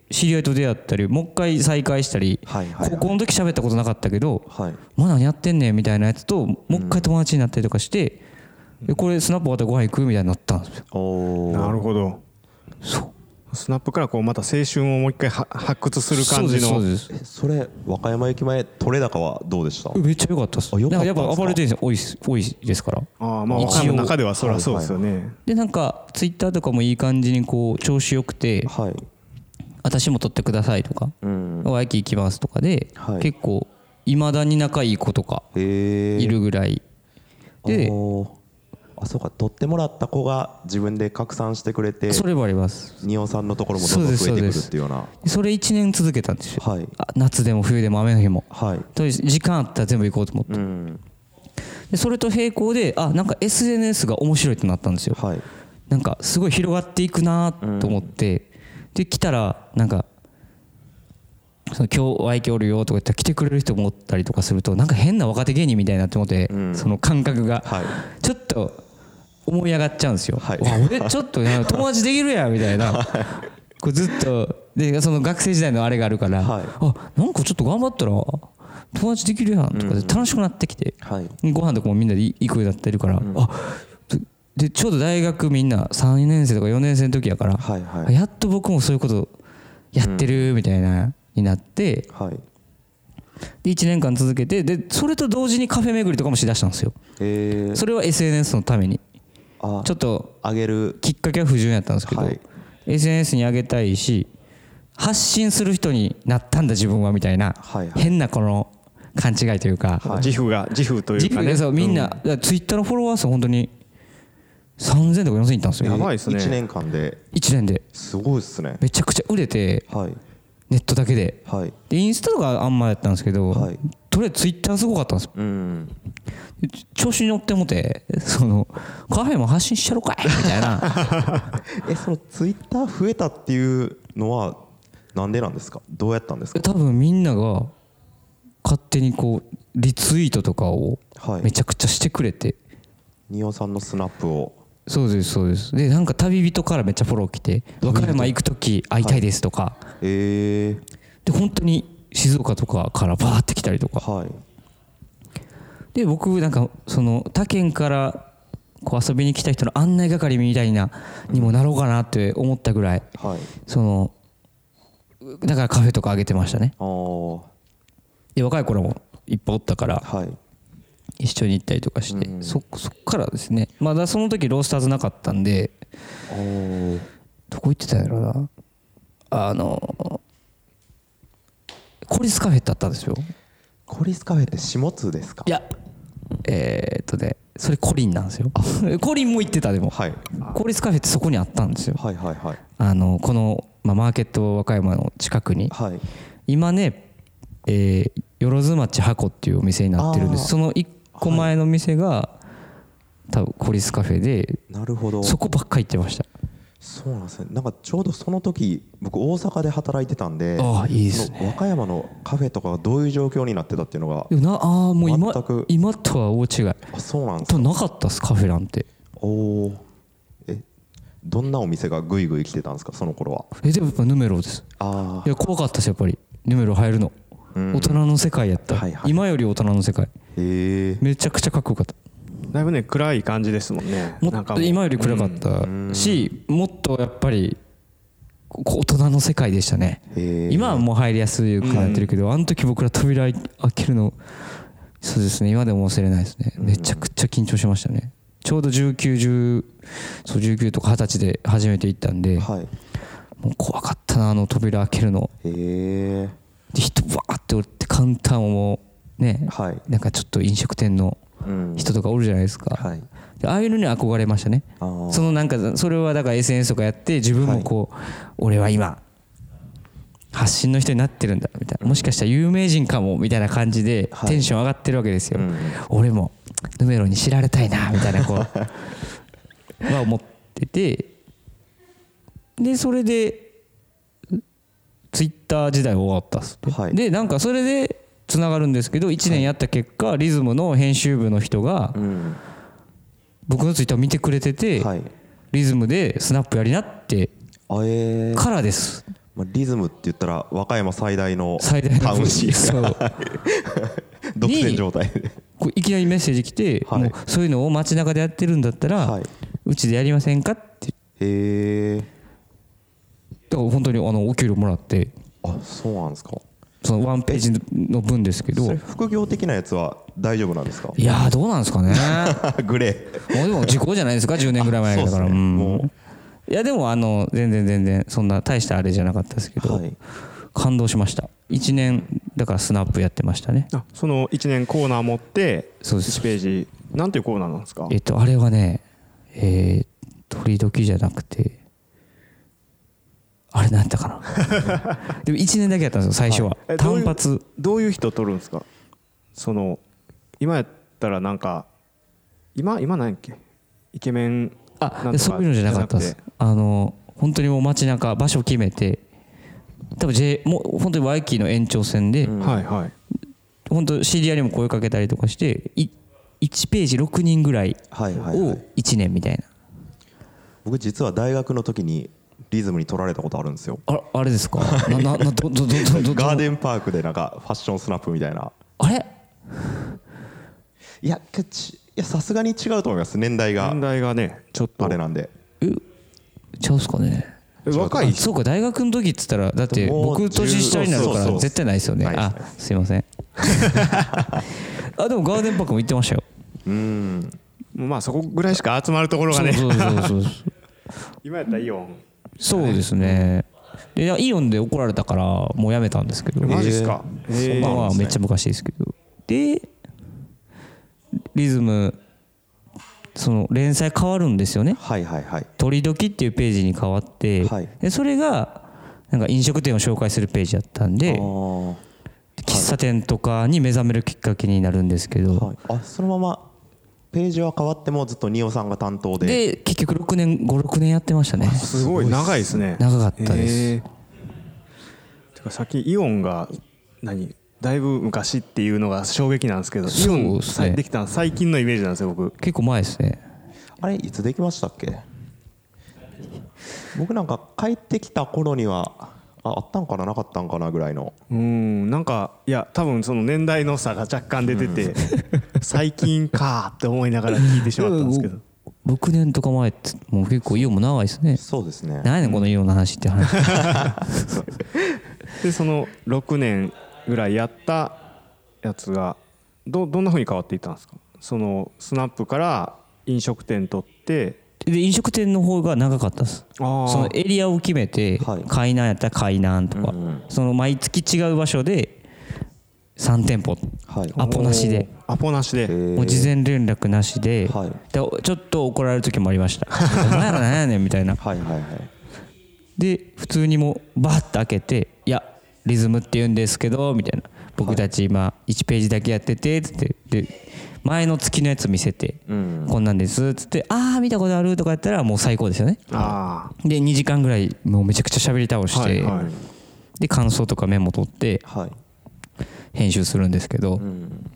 知り合いと出会ったりもう一回再会したり、はいはいはい、高校の時喋ったことなかったけど、はい、まあ何やってんねんみたいなやつともう一回友達になったりとかして、うん、でこれスナップ終わったらご飯行くみたいになったんですよ。 おなるほど。そうスナップからこうまた青春をもう一回発掘する感じの。 そうですそうです。それ和歌山駅前取れ高はどうでした？ めっちゃ良かったです。なんかやっぱ暴れてる人多い多いですから。 ああまあ和歌山の中ではそりゃそうですよね。はいはい、 でなんかツイッターとかもいい感じにこう調子よくて、はい、私も撮ってくださいとか、うん、お駅行きますとかで、はい、結構いまだに仲いい子とかいるぐらいで。 あそうか撮ってもらった子が自分で拡散してくれてそれもあります。 仁尾さんのところもどんどん増えてくるっていうような。 それいちねん続けたんですよ、はい、夏でも冬でも雨の日も、はい、とりあえず時間あったら全部行こうと思って、うん、でそれと並行であなんか エスエヌエス が面白いってなったんですよ、はい、なんかすごい広がっていくなと思って、うん、で来たらなんかその今日ワイキおるよとか言ったら来てくれる人もおったりとかするとなんか変な若手芸人みたいになって思って、うん、その感覚が、はい、ちょっと思い上がっちゃうんですよ、はい、わ俺ちょっと友達できるやんみたいな、はい、こうずっとでその学生時代のあれがあるから、はい、あなんかちょっと頑張ったら友達できるやんとかで楽しくなってきて、うんうん、ご飯とかもみんなで行くようになってるから、うん、あでちょうど大学みんなさんねん生とかよねん生の時やから、はいはい、やっと僕もそういうことやってるみたいな、うん、になって、はい、でいちねんかん続けてでそれと同時にカフェ巡りとかもしだしたんですよ。へそれは エスエヌエス のためにちょっと上げるきっかけは不純やったんですけど、はい、エスエヌエス に上げたいし発信する人になったんだ自分はみたいな、はいはい、変なこの勘違いというか、 はい、自負が自負というかね自負みんな、うん、ツイッターのフォロワー数本当にさんぜんとかよんぜんいったんですよ。 やばいですね。いちねんかんでいちねんですごいですね。 めちゃくちゃ売れて、はい、ネットだけで、はい、でインスタとかあんまやったんですけど、はい、とりあえずツイッターすごかったんですよ、うん、調子に乗ってもてそのカフェも発信しちゃろかいみたいなえそのツイッター増えたっていうのはなんでなんですか？どうやったんですか？ 多分みんなが勝手にこうリツイートとかをめちゃくちゃしてくれて、 仁尾さんのスナップをそうですそうです。でなんか旅人からめっちゃフォロー来て和歌山行く時会いたいですとか、はい、えー、で本当に静岡とかからバーって来たりとか、はい、で僕なんかその他県からこう遊びに来た人の案内係みたいなにもなろうかなって思ったぐらい、はい、そのだからカフェとかあげてましたね。で若い頃もいっぱいおったから、はい、一緒に行ったりとかして、うん、そ, そっからですね。まだその時ロースターズなかったんでどこ行ってたんやろなあのコリスカフェってあったんですよ。 コリスカフェって下津ですか？ いやえー、っとねそれコリンなんですよコリンも行ってたでも、はい、コリスカフェってそこにあったんですよ。はいはいはい、あのこの、まあ、マーケット和歌山の近くに、はい、今ね、えー、よろず町箱っていうお店になってるんです。そのいっこまえの店が、はい、多分コリスカフェで、 なるほどそこばっか行ってました。 そうなんですね。なんかちょうどその時僕大阪で働いてたんで、 ああいいですね。 和歌山のカフェとかがどういう状況になってたっていうのがなあもう 今, 今とは大違い。 あそうなんですか。 なかったっすカフェなんて。 おおえどんなお店がグイグイ来てたんですかその頃は？ えでもやっぱヌメロです。あいや怖かったですやっぱりヌメロ入るの、うん、大人の世界やった、はいはい、今より大人の世界、えー、めちゃくちゃかっこよかった。 だいぶね暗い感じですもんね。 もっと今より暗かったし、もっとやっぱり大人の世界でしたね。今はもう入りやすくなってるけど、あの時僕ら扉開けるのそうですね今でも忘れないですね。めちゃくちゃ緊張しましたね。ちょうどじゅうきゅう、じゅうそうじゅうきゅうとかはたちで初めて行ったんで、はい、もう怖かったなあの扉開けるの。へで人バーっておってカウンターももうね、はい、なんかちょっと飲食店の人とかおるじゃないですか、はい、ああいうのに憧れましたね。そのなんかそれはだから エスエヌエス とかやって自分もこう、はい、俺は今発信の人になってるんだみたいな、もしかしたら有名人かもみたいな感じでテンション上がってるわけですよ、はい、俺もヌメロに知られたいなみたいなこうは思ってて、でそれでツイッター時代終わったっす、はい、でなんかそれでつながるんですけどいちねんやった結果、はい、リズムの編集部の人が、うん、僕のツイッターを見てくれてて、はい、リズムでスナップやりなってからです。 まあ、リズムって言ったら和歌山最大のタウンシーン独占状態でいきなりメッセージ来て、はい、もうそういうのを街中でやってるんだったら、はい、うちでやりませんかってへえだから本当にあのお給料もらってあそうなんですかそのワンページの分ですけどそれ副業的なやつは大丈夫なんですかいやーどうなんですかねグレーもうでも時効じゃないですかじゅうねんぐらい前だから、ねうん、もういやでもあの全然全然そんな大したあれじゃなかったですけど、はい、感動しましたいちねんだからスナップやってましたねあそのいちねんコーナー持っていちページなんていうコーナーなんですかえっとあれはねえー、取り時じゃなくてあれなんだかなでもいちねんだけやったんですよ最初は、はい、単発どういう人取るんですかその今やったらなんか今今何やっけイケメンあそういうのじゃなかったですあの本当にもう街中場所決めて多分 J もう本当にワイキーの延長線で、うんはいはい、本当知り合いにも声かけたりとかしていちページろくにんぐらいをいちねんみたいな、はいはいはい、 僕実は大学の時にリズムに取られたことあるんですよああれですかなななどどどどどガーデンパークでなんかファッションスナップみたいなあれいやいやさすがに違うと思います年代が年代がねちょっとあれなんでえちゃうっすかね若いそうか大学の時っつったらだって僕年下になるから絶対ないですよねあすいませんあでもガーデンパークも行ってましたようんまあそこぐらいしか集まるところがねそうそうそうそう今やったらイオンそうですねでイオンで怒られたからもうやめたんですけどマジっすかえー、まあまあめっちゃ昔ですけどでリズムその連載変わるんですよねはいはいはい取り時っていうページに変わって、はい、でそれがなんか飲食店を紹介するページだったんで喫茶店とかに目覚めるきっかけになるんですけど、はい、 あそのままページは変わってもずっとニオさんが担当でで結局ろくねんごろくねんやってましたねすごい長いですね長かったです、えー、 てかさっきイオンが何だいぶ昔っていうのが衝撃なんですけどイオンできたの最近のイメージなんですよ僕結構前ですねあれいつできましたっけ僕なんか帰ってきた頃にはああったんかななかったんかなぐらいのうんなんかいや多分その年代の差が若干出てて、うん、最近かって思いながら聞いてしまったんですけどろくねんとか前ってもう結構イオンも長いですねそうですね何やねんこのイオンの話って話でそのろくねんぐらいやったやつが ど, どんな風に変わっていったんですかそのスナップから飲食店取ってで飲食店の方が長かったですそのエリアを決めて、はい、海南やったら海南とか、うんうん、その毎月違う場所でさん店舗、はい、アポなしでアポなしでもう事前連絡なしで、はい、でちょっと怒られる時もありましたお前ら何やねんみたいなはいはい、はい、で普通にもうバッと開けていやリズムって言うんですけどみたいな僕たち今いちページだけやっててつってで前の月のやつ見せてこんなんですつってああ見たことあるとかやったらもう最高ですよねあでにじかんぐらいもうめちゃくちゃ喋り倒してで感想とかメモ取って編集するんですけど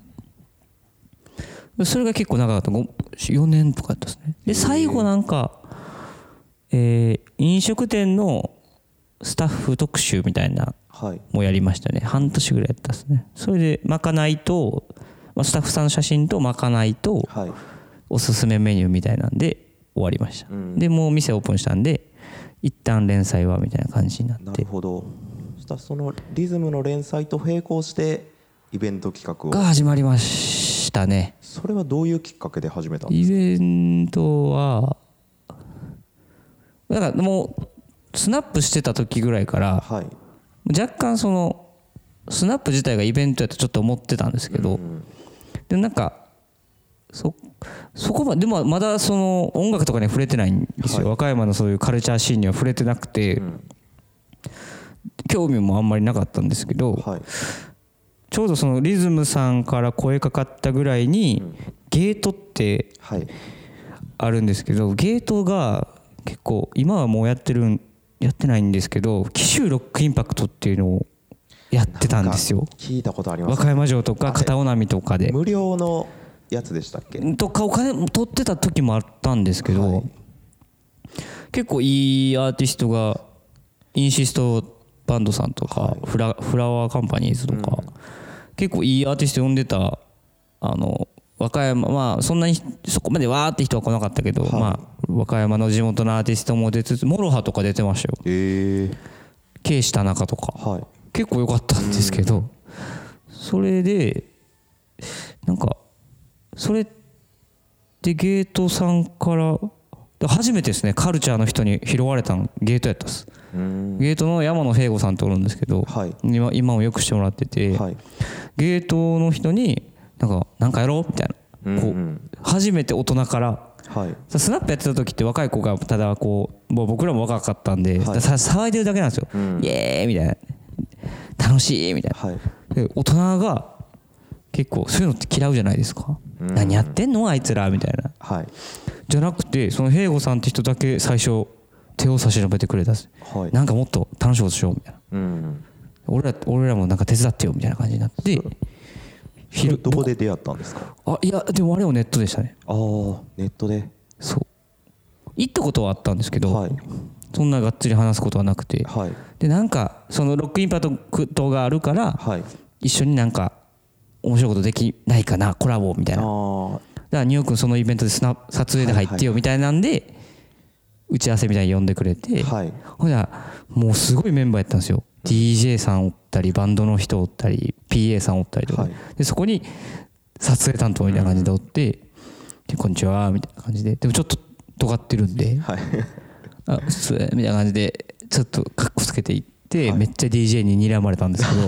それが結構長かったよねんとかやったですねで最後なんかえ飲食店のスタッフ特集みたいなもやりましたね半年ぐらいやったですねそれでまかないとスタッフさんの写真とまかないとおすすめメニューみたいなんで終わりました、うん、でもう店オープンしたんで一旦連載はみたいな感じになってなるほどそしたらそのリズムの連載と並行してイベント企画をが始まりましたねそれはどういうきっかけで始めたんですかイベントはだからもうスナップしてた時ぐらいから、はい、若干そのスナップ自体がイベントやとちょっと思ってたんですけど、うん、でなんかそそこまででもまだその音楽とかには触れてないんですよ、はい、和歌山のそういうカルチャーシーンには触れてなくて、うん、興味もあんまりなかったんですけど、はい、ちょうどそのリズムさんから声かかったぐらいに、うん、ゲートってあるんですけどゲートが結構今はもうやってるんやってないんですけど紀州ロックインパクトっていうのをやってたんですよ聞いたことあります、 和歌山城とか片尾波とかで無料のやつでしたっけとかお金取ってた時もあったんですけど、はい、結構いいアーティストがインシストバンドさんとか、はい、フラフラワーカンパニーズとか、うん、結構いいアーティスト呼んでたあの和歌山、まあそんなにそこまでわーって人は来なかったけど、はい、まあ和歌山の地元のアーティストも出つつモロハとか出てましたよ。 へえ。 K下中とか、 はい、 結構良かったんですけど、うん、それでなんかそれでゲートさんから初めてですね、カルチャーの人に拾われたのゲートやったっす。ゲートの山野平吾さんっておるんですけど、はい、今, 今もよくしてもらってて、はい、ゲートの人になんかなんかやろうみたいな、こう初めて大人から、はい、スナップやってた時って若い子がただこう、もう僕らも若かったんで、はい、騒いでるだけなんですよ、うん、イエーイみたいな、楽しいみたいな、はい、で大人が結構そういうのって嫌うじゃないですか、うん、何やってんのあいつらみたいな、はい、じゃなくてその平吾さんって人だけ最初手を差し伸べてくれたんです、はい、なんかもっと楽しいことしようみたいな、うん、俺ら俺らもなんか手伝ってよみたいな感じになって、 昼どこで出会ったんですか？ あ、いやでもあれはネットでしたね。 ああ、ネットで。 そう行ったことはあったんですけど、はい、そんながっつり話すことはなくて、はい、でなんかそのロックインパクトがあるから、はい、一緒になんか面白いことできないかな、コラボみたいな。あ、だからニューヨークのそのイベントでスナ撮影で入ってよみたいなんで、はいはいはい、打ち合わせみたいに呼んでくれて、はい、ほんじゃもうすごいメンバーやったんですよ。 ディージェー さんおったりバンドの人おったり ピーエー さんおったりとか、はい、でそこに撮影担当みたいな感じでおって、でこんにちはみたいな感じで、でもちょっと尖ってるんで、はい、あそれみたいな感じでちょっとカッコつけていって、はい、めっちゃ ディージェー に睨まれたんですけど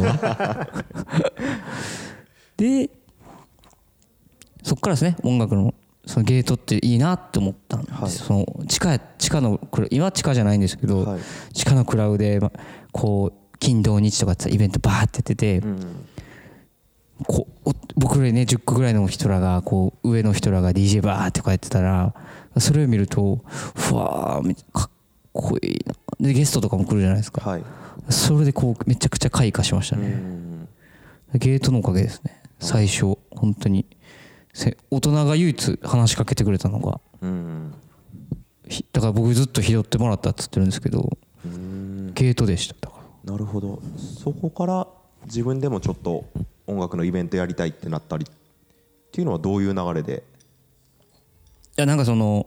でそっからですね、音楽のそのゲートっていいなって思ったんです、はい、その地下地下の今は地下じゃないんですけど、はい、地下のクラブでこう金土日とかってイベントバーってやってて、うん、こう僕らねじゅっこぐらいの人らがこう上の人らが ディージェー バーってこうやってたら、それを見るとふわーかっこいいなで、ゲストとかも来るじゃないですか、はい、それでこうめちゃくちゃ開花しましたね、うん、ゲートのおかげですね。最初本当に大人が唯一話しかけてくれたのが、うん、だから僕ずっと拾ってもらったっつってるんですけど、うん、ゲートでした。だからなるほど。そこから自分でもちょっと音楽のイベントやりたいってなったりっていうのはどういう流れで？ いやなんかその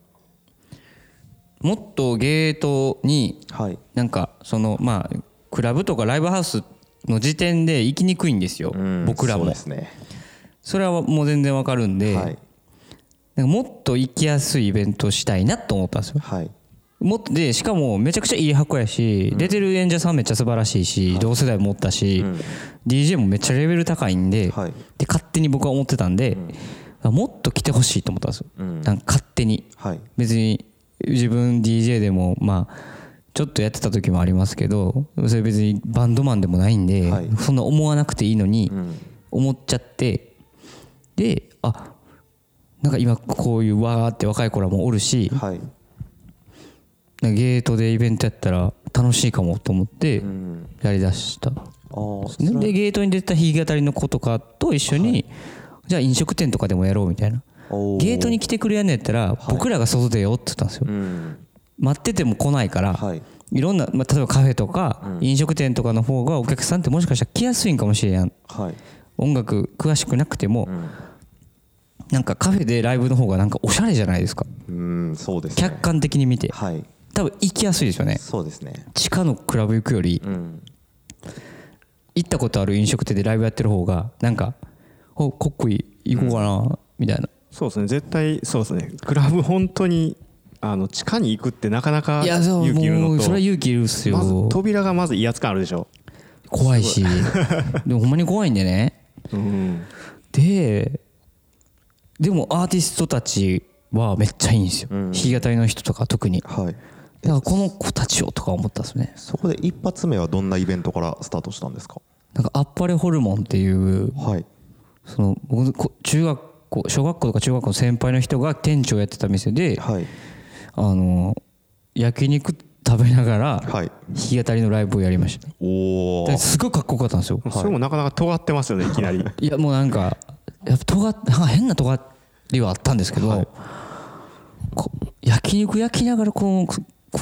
もっとゲートになんかそのまあクラブとかライブハウスの時点で行きにくいんですよ、うん、僕らも。そうですね。それはもう全然わかるんで、はい、なんかもっと行きやすいイベントしたいなと思ったんですよ、はい、もっとでしかもめちゃくちゃいい箱やし、うん、出てる演者さんめっちゃ素晴らしいし、はい、同世代もおったし、うん、ディージェー もめっちゃレベル高いんで、はい、で勝手に僕は思ってたんで、うん、もっと来てほしいと思ったんですよ、うん、なんか勝手に、はい、別に自分 ディージェー でもまあちょっとやってた時もありますけど、それ別にバンドマンでもないんで、はい、そんな思わなくていいのに思っちゃって、で、あ、なんか今こういうわーって若い子らもおるし、はい、なんかゲートでイベントやったら楽しいかもと思ってやりだした、うん、あでゲートに出た弾き語りの子とかと一緒に、はい、じゃあ飲食店とかでもやろうみたいな、ゲートに来てくれやんのやったら僕らが外でよって言ったんですよ、はい、うん、待ってても来ないから、はい、いろんな、まあ、例えばカフェとか飲食店とかの方がお客さんってもしかしたら来やすいんかもしれん、はい、音楽詳しくなくても、うん、なんかカフェでライブの方がなんかおしゃれじゃないですか。 うん、そうですね。 客観的に見て、はい、多分行きやすいですよね。 そうですね。 地下のクラブ行くより、うん、行ったことある飲食店でライブやってる方がなんかおかっこいい行こうかな、うん、みたいな。 そうですね、絶対そうですね。クラブ本当にあの地下に行くってなかなか勇気いるのと、いやそれは勇気いるっすよ。 まず扉がまず威圧感あるでしょ。 怖いしでもほんまに怖いんでね、うん、ででもアーティストたちはめっちゃいいんですよ、うん、弾き語りの人とか特に、はい、だからこの子たちをとか思ったんですね。 そこで一発目はどんなイベントからスタートしたんですか？ なんかあっぱれホルモンっていう、はい、その僕中学校小学校とか中学校の先輩の人が店長やってた店で、はい、あの焼肉食べながら弾き語りのライブをやりました、ね、おーすごいかっこよかったんですよ。 それもなかなか尖ってますよねいきなりいやもうなんかやっぱ尖っ変な尖りはあったんですけど、はい、こ焼肉焼きながらこうこう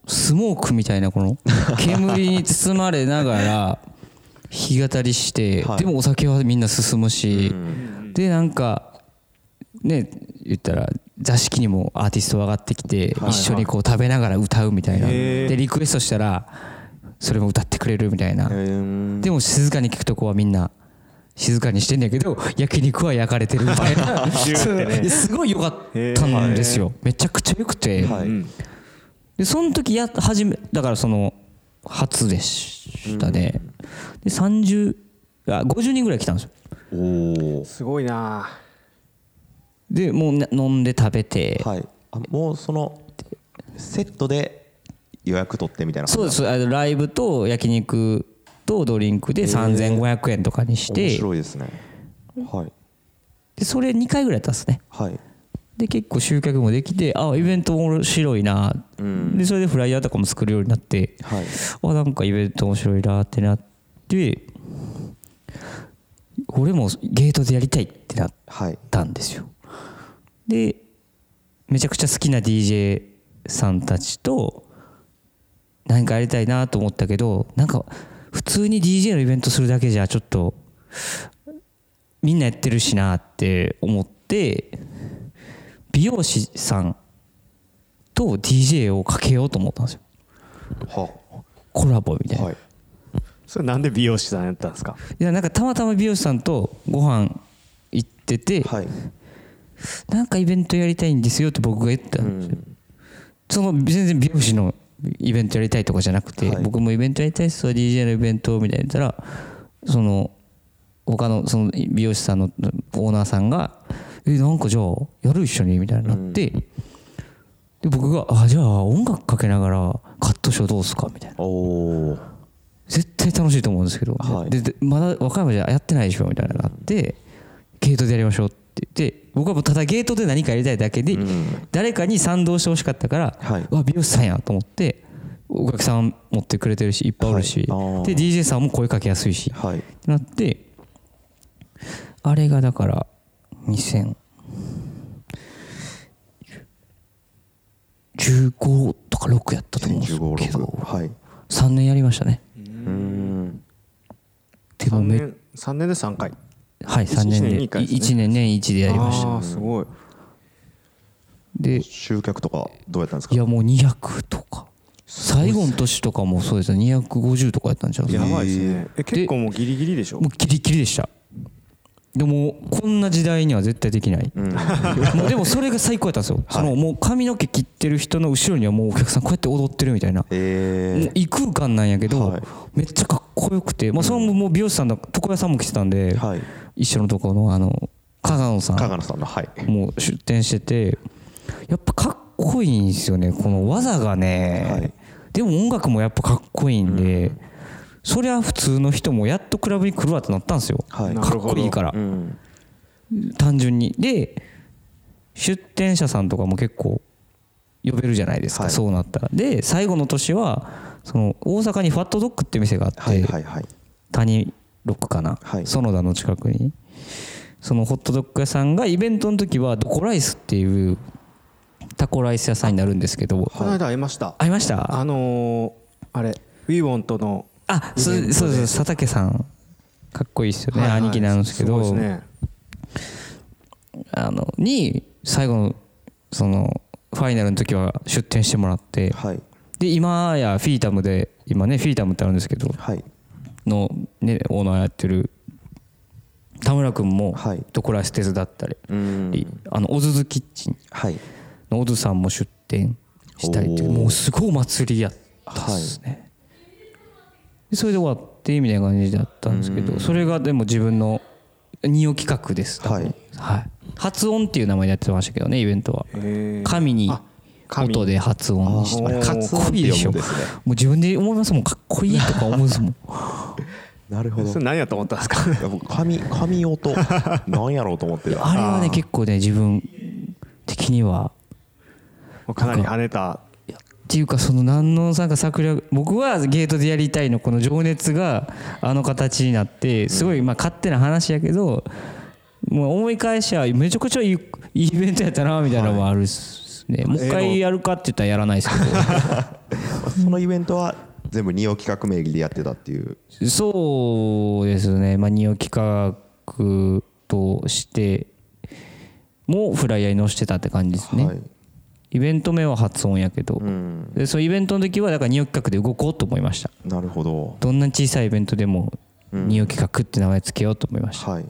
スモークみたいなこの煙に包まれながら弾き語りして、でもお酒はみんな進むし、でなんかね言ったら座敷にもアーティスト上がってきて一緒にこう食べながら歌うみたいな、でリクエストしたらそれも歌ってくれるみたいな。でも静かに聞くとこはみんな静かにしてんだけど焼肉は焼かれてるみたいなすごい良かったんですよ。めちゃくちゃ良くて、でその時や初めだからその初でしたね。でさんじゅうあごじゅうにんぐらい来たんですよ。 おおすごいな。 でもう飲んで食べて、 はい、あもうそのセットで予約取ってみたいな。 そうです。あのライブと焼肉とドリンクでさんぜんごひゃくえんとかにして、面白いですね。はい。 でそれにかいぐらいやったんですね。 はい。 で結構集客もできて、あイベント面白いな、うん、でそれでフライヤーとかも作るようになって、はい、あなんかイベント面白いなってなって、俺もゲートでやりたいってなったんですよ。はい、でめちゃくちゃ好きな ディージェー さんたちと何かやりたいなと思ったけど、なんか普通に ディージェー のイベントするだけじゃちょっとみんなやってるしなって思って、美容師さんと ディージェー をかけようと思ったんですよ。はあ、コラボみたいな、はい、 それなんで美容師さんやったんですか？ いやなんかたまたま美容師さんとご飯行ってて、はい、なんかイベントやりたいんですよって僕が言ったんですよ。うん、その全然美容師のイベントやりたいとかじゃなくて、はい、僕もイベントやりたいっすわ ディージェー のイベントみたいな言ったら、その他のその美容師さんのオーナーさんがえなんかじゃあやる一緒にみたいになって、うん、で僕があじゃあ音楽かけながらカットショーどうすかみたいな。お絶対楽しいと思うんですけど、はい、ででまだ和歌山じゃやってないでしょみたいなのがあって、ゲートでやりましょうって言って、僕はもうただゲートで何かやりたいだけで、うん、誰かに賛同してほしかったから、はい、わ美容師さんやと思って、お客さん持ってくれてるしいっぱいおるし、はい、で ディージェー さんも声かけやすいし、はい、ってなって、あれがだからにせんじゅうごとかろくやったと思うんですけど、はい、さんねんやりましたね。うーんでもめさんねんでさんかい、 はいさんねんでいちねん年いちでやりました。 ああすごい。 で集客とかどうやったんですか？ いやもうにひゃくとか最後の年とかもそうですね、にひゃくごじゅうとかやったんちゃうですか。 やばいですね。え結構もうギリギリでしょ？ もうギリギリでした。でもこんな時代には絶対できない、うん、もうでもそれが最高やったんですよ、はい、そのもう髪の毛切ってる人の後ろにはもうお客さんこうやって踊ってるみたいな、えー、もう異空間なんやけど、はい、めっちゃかっこよくて、まあ、それももう美容師さんの床屋さんも来てたんで、はい、一緒のところのあの加賀野さん加賀野さんの、はい、 もう出店してて、やっぱかっこいいんですよねこの技がね、はい、でも音楽もやっぱかっこいいんで、うん、そりゃ普通の人もやっとクラブに来るわってなったんですよ、はい、かっこいいから、うん、単純に。で出店者さんとかも結構呼べるじゃないですか、はい、そうなったら。で最後の年はその大阪にファットドッグって店があって、はいはいはい、谷ロックかな、はい、園田の近くにそのホットドッグ屋さんがイベントの時はドコライスっていうタコライス屋さんになるんですけど、 この間会いました。 会いました。 あのー、あれウィーウォンとのあそうそうそう佐竹さんかっこいいですよね、はいはい、兄貴なんですけど、すごいですね、あのに最後のそのファイナルの時は出店してもらって、はい、で今やフィータムで今ねフィータムってあるんですけど、はい、のねオーナーやってる田村君もドコライス手伝ったり、はい、あのオズズキッチンのオズさんも出店したりっていう、もうすごいお祭りやったですね、はい、それで終わってみたいな感じだったんですけど、それがでも自分のにお企画です、はいはい、発音っていう名前でやってましたけどねイベントは。神に音で発音にして、かっこいいでしょ、ね、もう自分で思いますもん、かっこいいとか思うんですもんなるほど。 それ何やと思ったんですか？ 神神音何やろうと思ってる。 あれはね結構ね自分的にはかなり跳ねたっていうか、その南野さんが策略、僕はゲートでやりたいのこの情熱があの形になって、すごいまあ勝手な話やけど、もう思い返しはめちゃくちゃいいイベントやったなみたいなのもあるっすね。もう一回やるかって言ったらやらないですけどそのイベントは全部ニオ企画名義でやってたっていう。 そうですね、まあ、ニオ企画としてもフライヤーに載せてたって感じですね、はい、イベント名は発音やけど、うん、でそういうイベントの時はだからニオ企画で動こうと思いました。 なるほど。 どんな小さいイベントでもニオ企画って名前つけようと思いました、うん、はい、い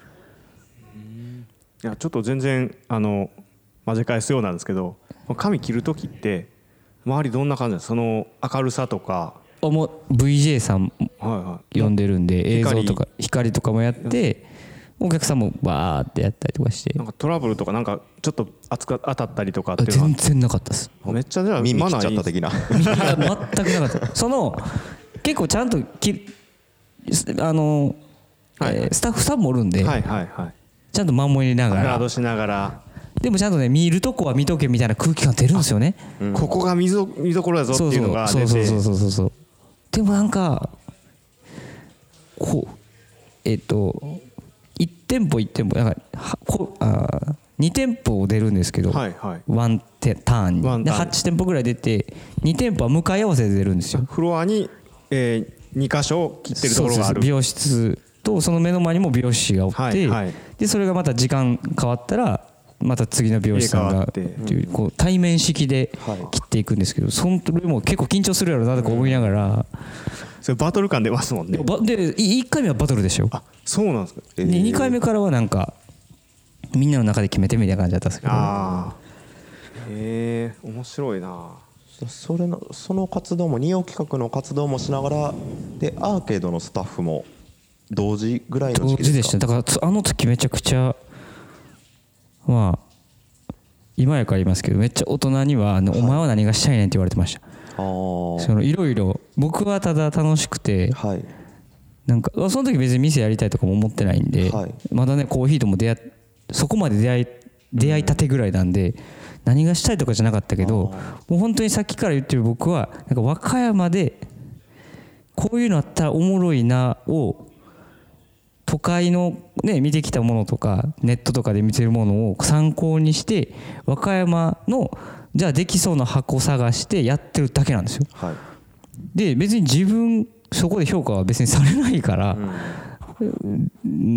やちょっと全然あの混ぜ返すようなんですけど、髪切る時って周りどんな感じですか？その明るさとか。 あ、もう ブイジェー さん呼んでるんで、はいはい、映像とか光とかもやってお客さんもバーってやったりとかして。 なんかトラブルとかなんかちょっと熱く当たったりとかっていうのは全然なかったです。 めっちゃじゃあ耳切っちゃった的な。 全くなかったその結構ちゃんときあの、はいはい、スタッフさんもおるんで、はいはいはい、ちゃんと守りながらガードしながらでもちゃんとね見るとこは見とけみたいな空気感出るんですよね、 うん、ここが見どころだぞっていうのが出て、 そうそうそうそうそう。でもなんかこうえっといち店舗いち店舗なんかこあに店舗出るんですけど、はいはい、ワンテターンにではち店舗ぐらい出てに店舗は向かい合わせで出るんですよ。 フロアに、えー、に箇所切ってるところがある。 美容室とその目の前にも美容師がおって、はいはい、でそれがまた時間変わったらまた次の美容師さんがっていうこう対面式で切っていくんですけど、その時も結構緊張するやろなとか思いながら、 それバトル感出ますもんね。 でいっかいめはバトルでしょ。 あ、そうなんですか。 でにかいめからはなんかみんなの中で決めてみたいな感じだったんですけど。 あー、へえ、面白いな。 それのその活動もニオ企画の活動もしながらでアーケードのスタッフも同時ぐらいの時期ですか？同時でした。 だからあの時めちゃくちゃまあ今やから言いますけどめっちゃ大人には、はい、お前は何がしたいねんって言われてました。あそのいろいろ僕はただ楽しくて、はい、なんかその時別に店やりたいとかも思ってないんで、はい、まだねコーヒーとも出会そこまで出会い出会いたてぐらいなんで、うん、何がしたいとかじゃなかったけど、もう本当にさっきから言ってる僕はなんか和歌山でこういうのあったらおもろいなを都会のね見てきたものとかネットとかで見てるものを参考にして和歌山のじゃあできそうな箱探してやってるだけなんですよ、はい、で別に自分そこで評価は別にされないから、うん、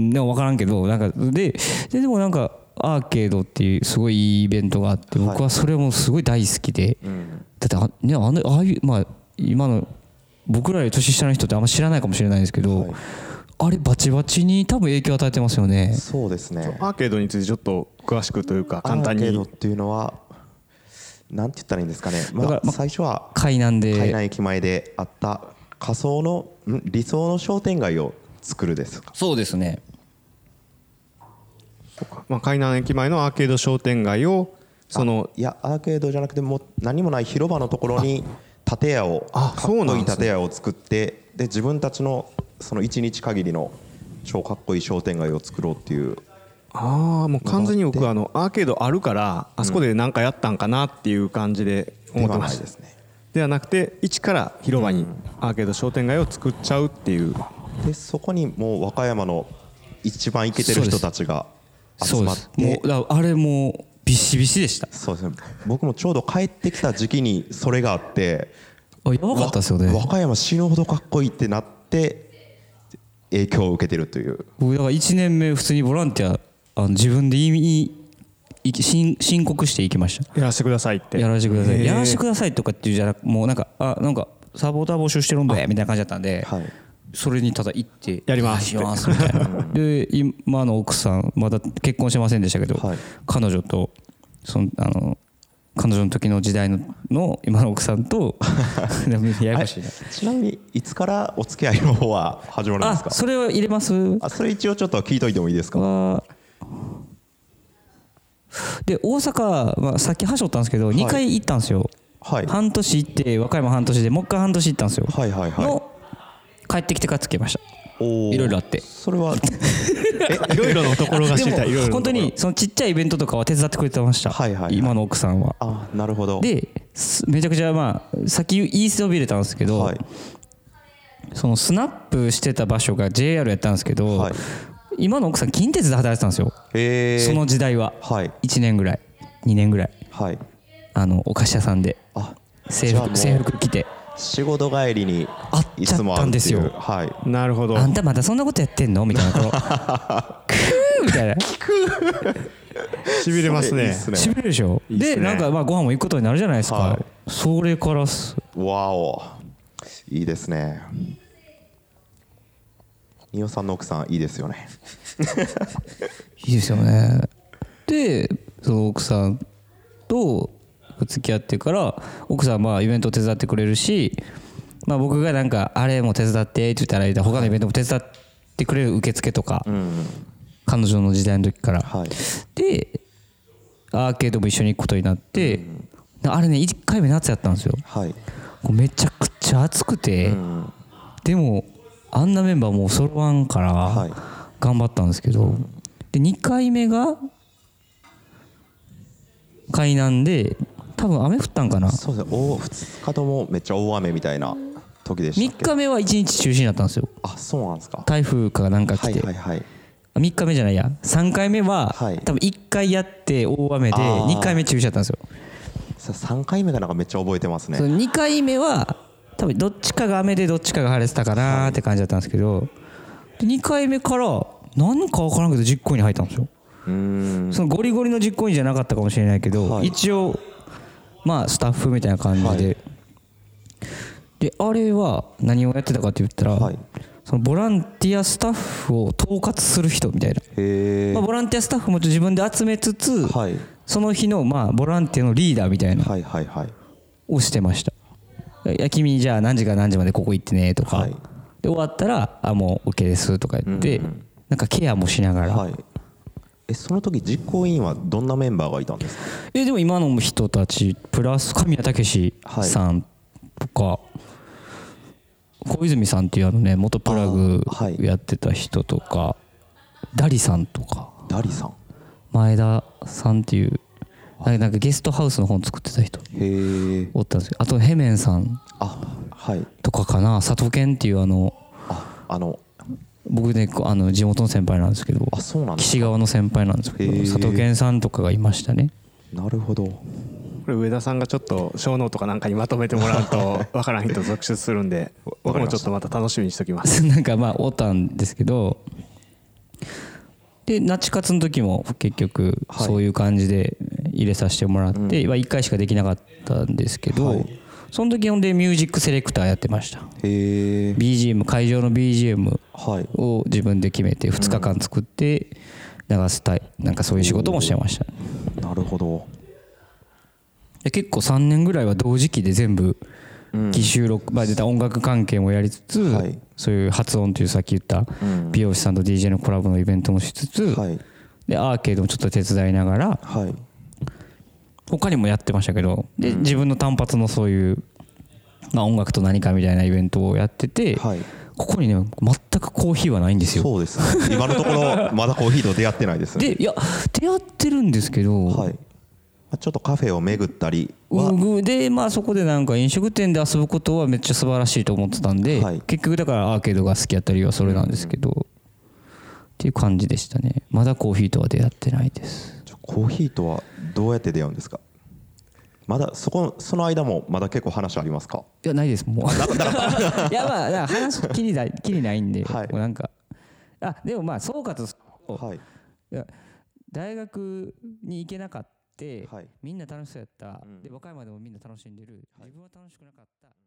でも分からんけどなんかでででもなんかアーケードっていうすごいいいイベントがあって僕はそれもすごい大好きで、はい、だってあ、ね、あのああいうまあ今の僕らより年下の人ってあんま知らないかもしれないですけど、はい、あれバチバチに多分影響を与えてますよね。 そうですね。 アーケードについてちょっと詳しくというか簡単に。 アーケードっていうのはなんて言ったらいいんですかね。まあ、最初は海南で海南駅前であった仮想の理想の商店街を作るですか。 そうですね。 そうか、まあ、海南駅前のアーケード商店街をそのいやアーケードじゃなくてもう何もない広場のところに建屋をかっこいい建屋を作ってで自分たちのそのいちにち限りの超かっこいい商店街を作ろうっていう。 ああもう完全に僕はあのアーケードあるからあそこで何かやったんかなっていう感じで思ってました。ではなくて一から広場にアーケード商店街を作っちゃうっていう。 でそこにもう和歌山の一番イケてる人たちが集まって、 もうだあれもうビシビシでした。 そうですね。僕もちょうど帰ってきた時期にそれがあって、 あやばかったですよね。 和歌山死ぬほどかっこいいってなって影響を受けてるという。 僕だからいちねんめ普通にボランティアあの自分で言い申告していきました。 やらせてくださいって。 やらせてください。やらせてくださいとかっていうじゃなくもうなんかあなんかサポーター募集してるんでみたいな感じだったんで、はい、それにただ行ってやりますやりますみたいな。で今の奥さんまだ結婚してませんでしたけど、はい、彼女とそのあの彼女の時の時代 の, の今の奥さんとややこしいな。 ちなみにいつからお付き合いの方は始まるんですか？ あそれは入れます。 あそれ一応ちょっと聞いといてもいいですか？ で大阪、まあ、さっきはしょったんですけど、はい、にかい行ったんですよ、はい、半年行って和歌山半年でもう一回半年行ったんですよ、はいはいはい、の帰ってきてからつけました。いろいろあってそれはえいろいろのところが知りたい。 でも本当にそのちっちゃいイベントとかは手伝ってくれてました、はいはいはい、今の奥さんは。 あなるほど。 でめちゃくちゃまあさっき言いそびれたんですけど、はい、そのスナップしてた場所が ジェイアール やったんですけど、はい、今の奥さん近鉄で働いてたんですよ。へその時代は、はい、いちねんぐらいにねんぐらい、はい、あのお菓子屋さんであ制服制服着て仕事帰りに会っちゃったんですよ。 はい、なるほど。 あんたまだそんなことやってんのみたいなこうクーみたいなしびれますね。 しびれるでしょ。いいでなんかまあご飯も行くことになるじゃないですか、はい、それからすわおいいですね。飯尾さんの奥さんいいですよねいいですよね。でその奥さんと付き合ってから奥さんはまあイベントを手伝ってくれるし、まあ、僕がなんかあれも手伝ってって言ったら他のイベントも手伝ってくれる受付とか、うん、彼女の時代の時から、はい、でアーケードも一緒に行くことになって、うん、あれねいっかいめ夏やったんですよ、はい、めちゃくちゃ暑くて、うん、でもあんなメンバーもう揃わんから頑張ったんですけど、はい、でにかいめが海南で多分雨降ったんかな。 そうですね。ふつかともめっちゃ大雨みたいな時でしたっけ。 みっかめはいちにち中止になったんですよ。 あ、そうなんですか。 台風かなんか来て、はいはいはい、みっかめじゃないやさんかいめは、はい、多分いっかいやって大雨でにかいめ中止だったんですよ。 さんかいめがなんかめっちゃ覚えてますね。 にかいめは多分どっちかが雨でどっちかが晴れてたかなって感じだったんですけど、でにかいめから何か分からんけど実行委員に入ったんですよ。うーん、そのゴリゴリの実行委員じゃなかったかもしれないけど、はい、一応まあスタッフみたいな感じで、はい、であれは何をやってたかって言ったら、はい、そのボランティアスタッフを統括する人みたいな、へ、まあ、ボランティアスタッフも自分で集めつつ、はい、その日のまあボランティアのリーダーみたいなをしてました。いや君じゃあ何時から何時までここ行ってねとか、はい、で終わったらあもう OK ですとか言って、うんうん、なんかケアもしながら、はい、 えその時実行委員はどんなメンバーがいたんですか。 えでも今の人たちプラス神谷武さんとか、はい、小泉さんっていうあのね元プラグやってた人とか、はい、ダリさんとかダリさん前田さんっていうなんかゲストハウスの本作ってた人おったんですよ。あとヘメンさんとかかな、佐藤健っていうあのああの僕ねあの地元の先輩なんですけど、あそうなんですか、岸側の先輩なんですけど佐藤健さんとかがいましたね。 なるほど。 これ上田さんがちょっと小ノートかなんかにまとめてもらうと分からん人続出するんで僕もちょっとまた楽しみにしておきますなんかまあおったんですけど、でナチ活の時も結局そういう感じで入れさせてもらって、はい、いっかいしかできなかったんですけど、はい、その時ほんでミュージックセレクターやってました。へ ビージーエム 会場の ビージーエム を自分で決めてふつかかん作って流すタイなんかそういう仕事もしてました。 なるほど。 結構さんねんぐらいは同時期で全部機収録、まあ、出た音楽関係もやりつつ、はい、そういう発音というさっき言った美容師さんと ディージェー のコラボのイベントもしつつ、はい、でアーケードもちょっと手伝いながら、はい、他にもやってましたけど、で自分の単発のそういう、まあ、音楽と何かみたいなイベントをやってて、はい、ここにね全くコーヒーはないんですよ。 そうです、ね、今のところまだコーヒーと出会ってないですね。 でいや出会ってるんですけど、はい、 ちょっとカフェを巡ったりで、まあ、そこでなんか飲食店で遊ぶことはめっちゃ素晴らしいと思ってたんで、はい、結局だからアーケードが好きやった理由はそれなんですけど、うん、っていう感じでしたね。まだコーヒーとは出会ってないです。 コーヒーとはどうやって出会うんですか。まだそこその間もまだ結構話ありますか。 いやないですもういやまあだから話きりないきりないんで、はい、もうなんかあでもまあ総括すると、はい、いや大学に行けなかった、はい、みんな楽しそうやった、うん、で和歌山でもみんな楽しんでる、自分は楽しくなかった。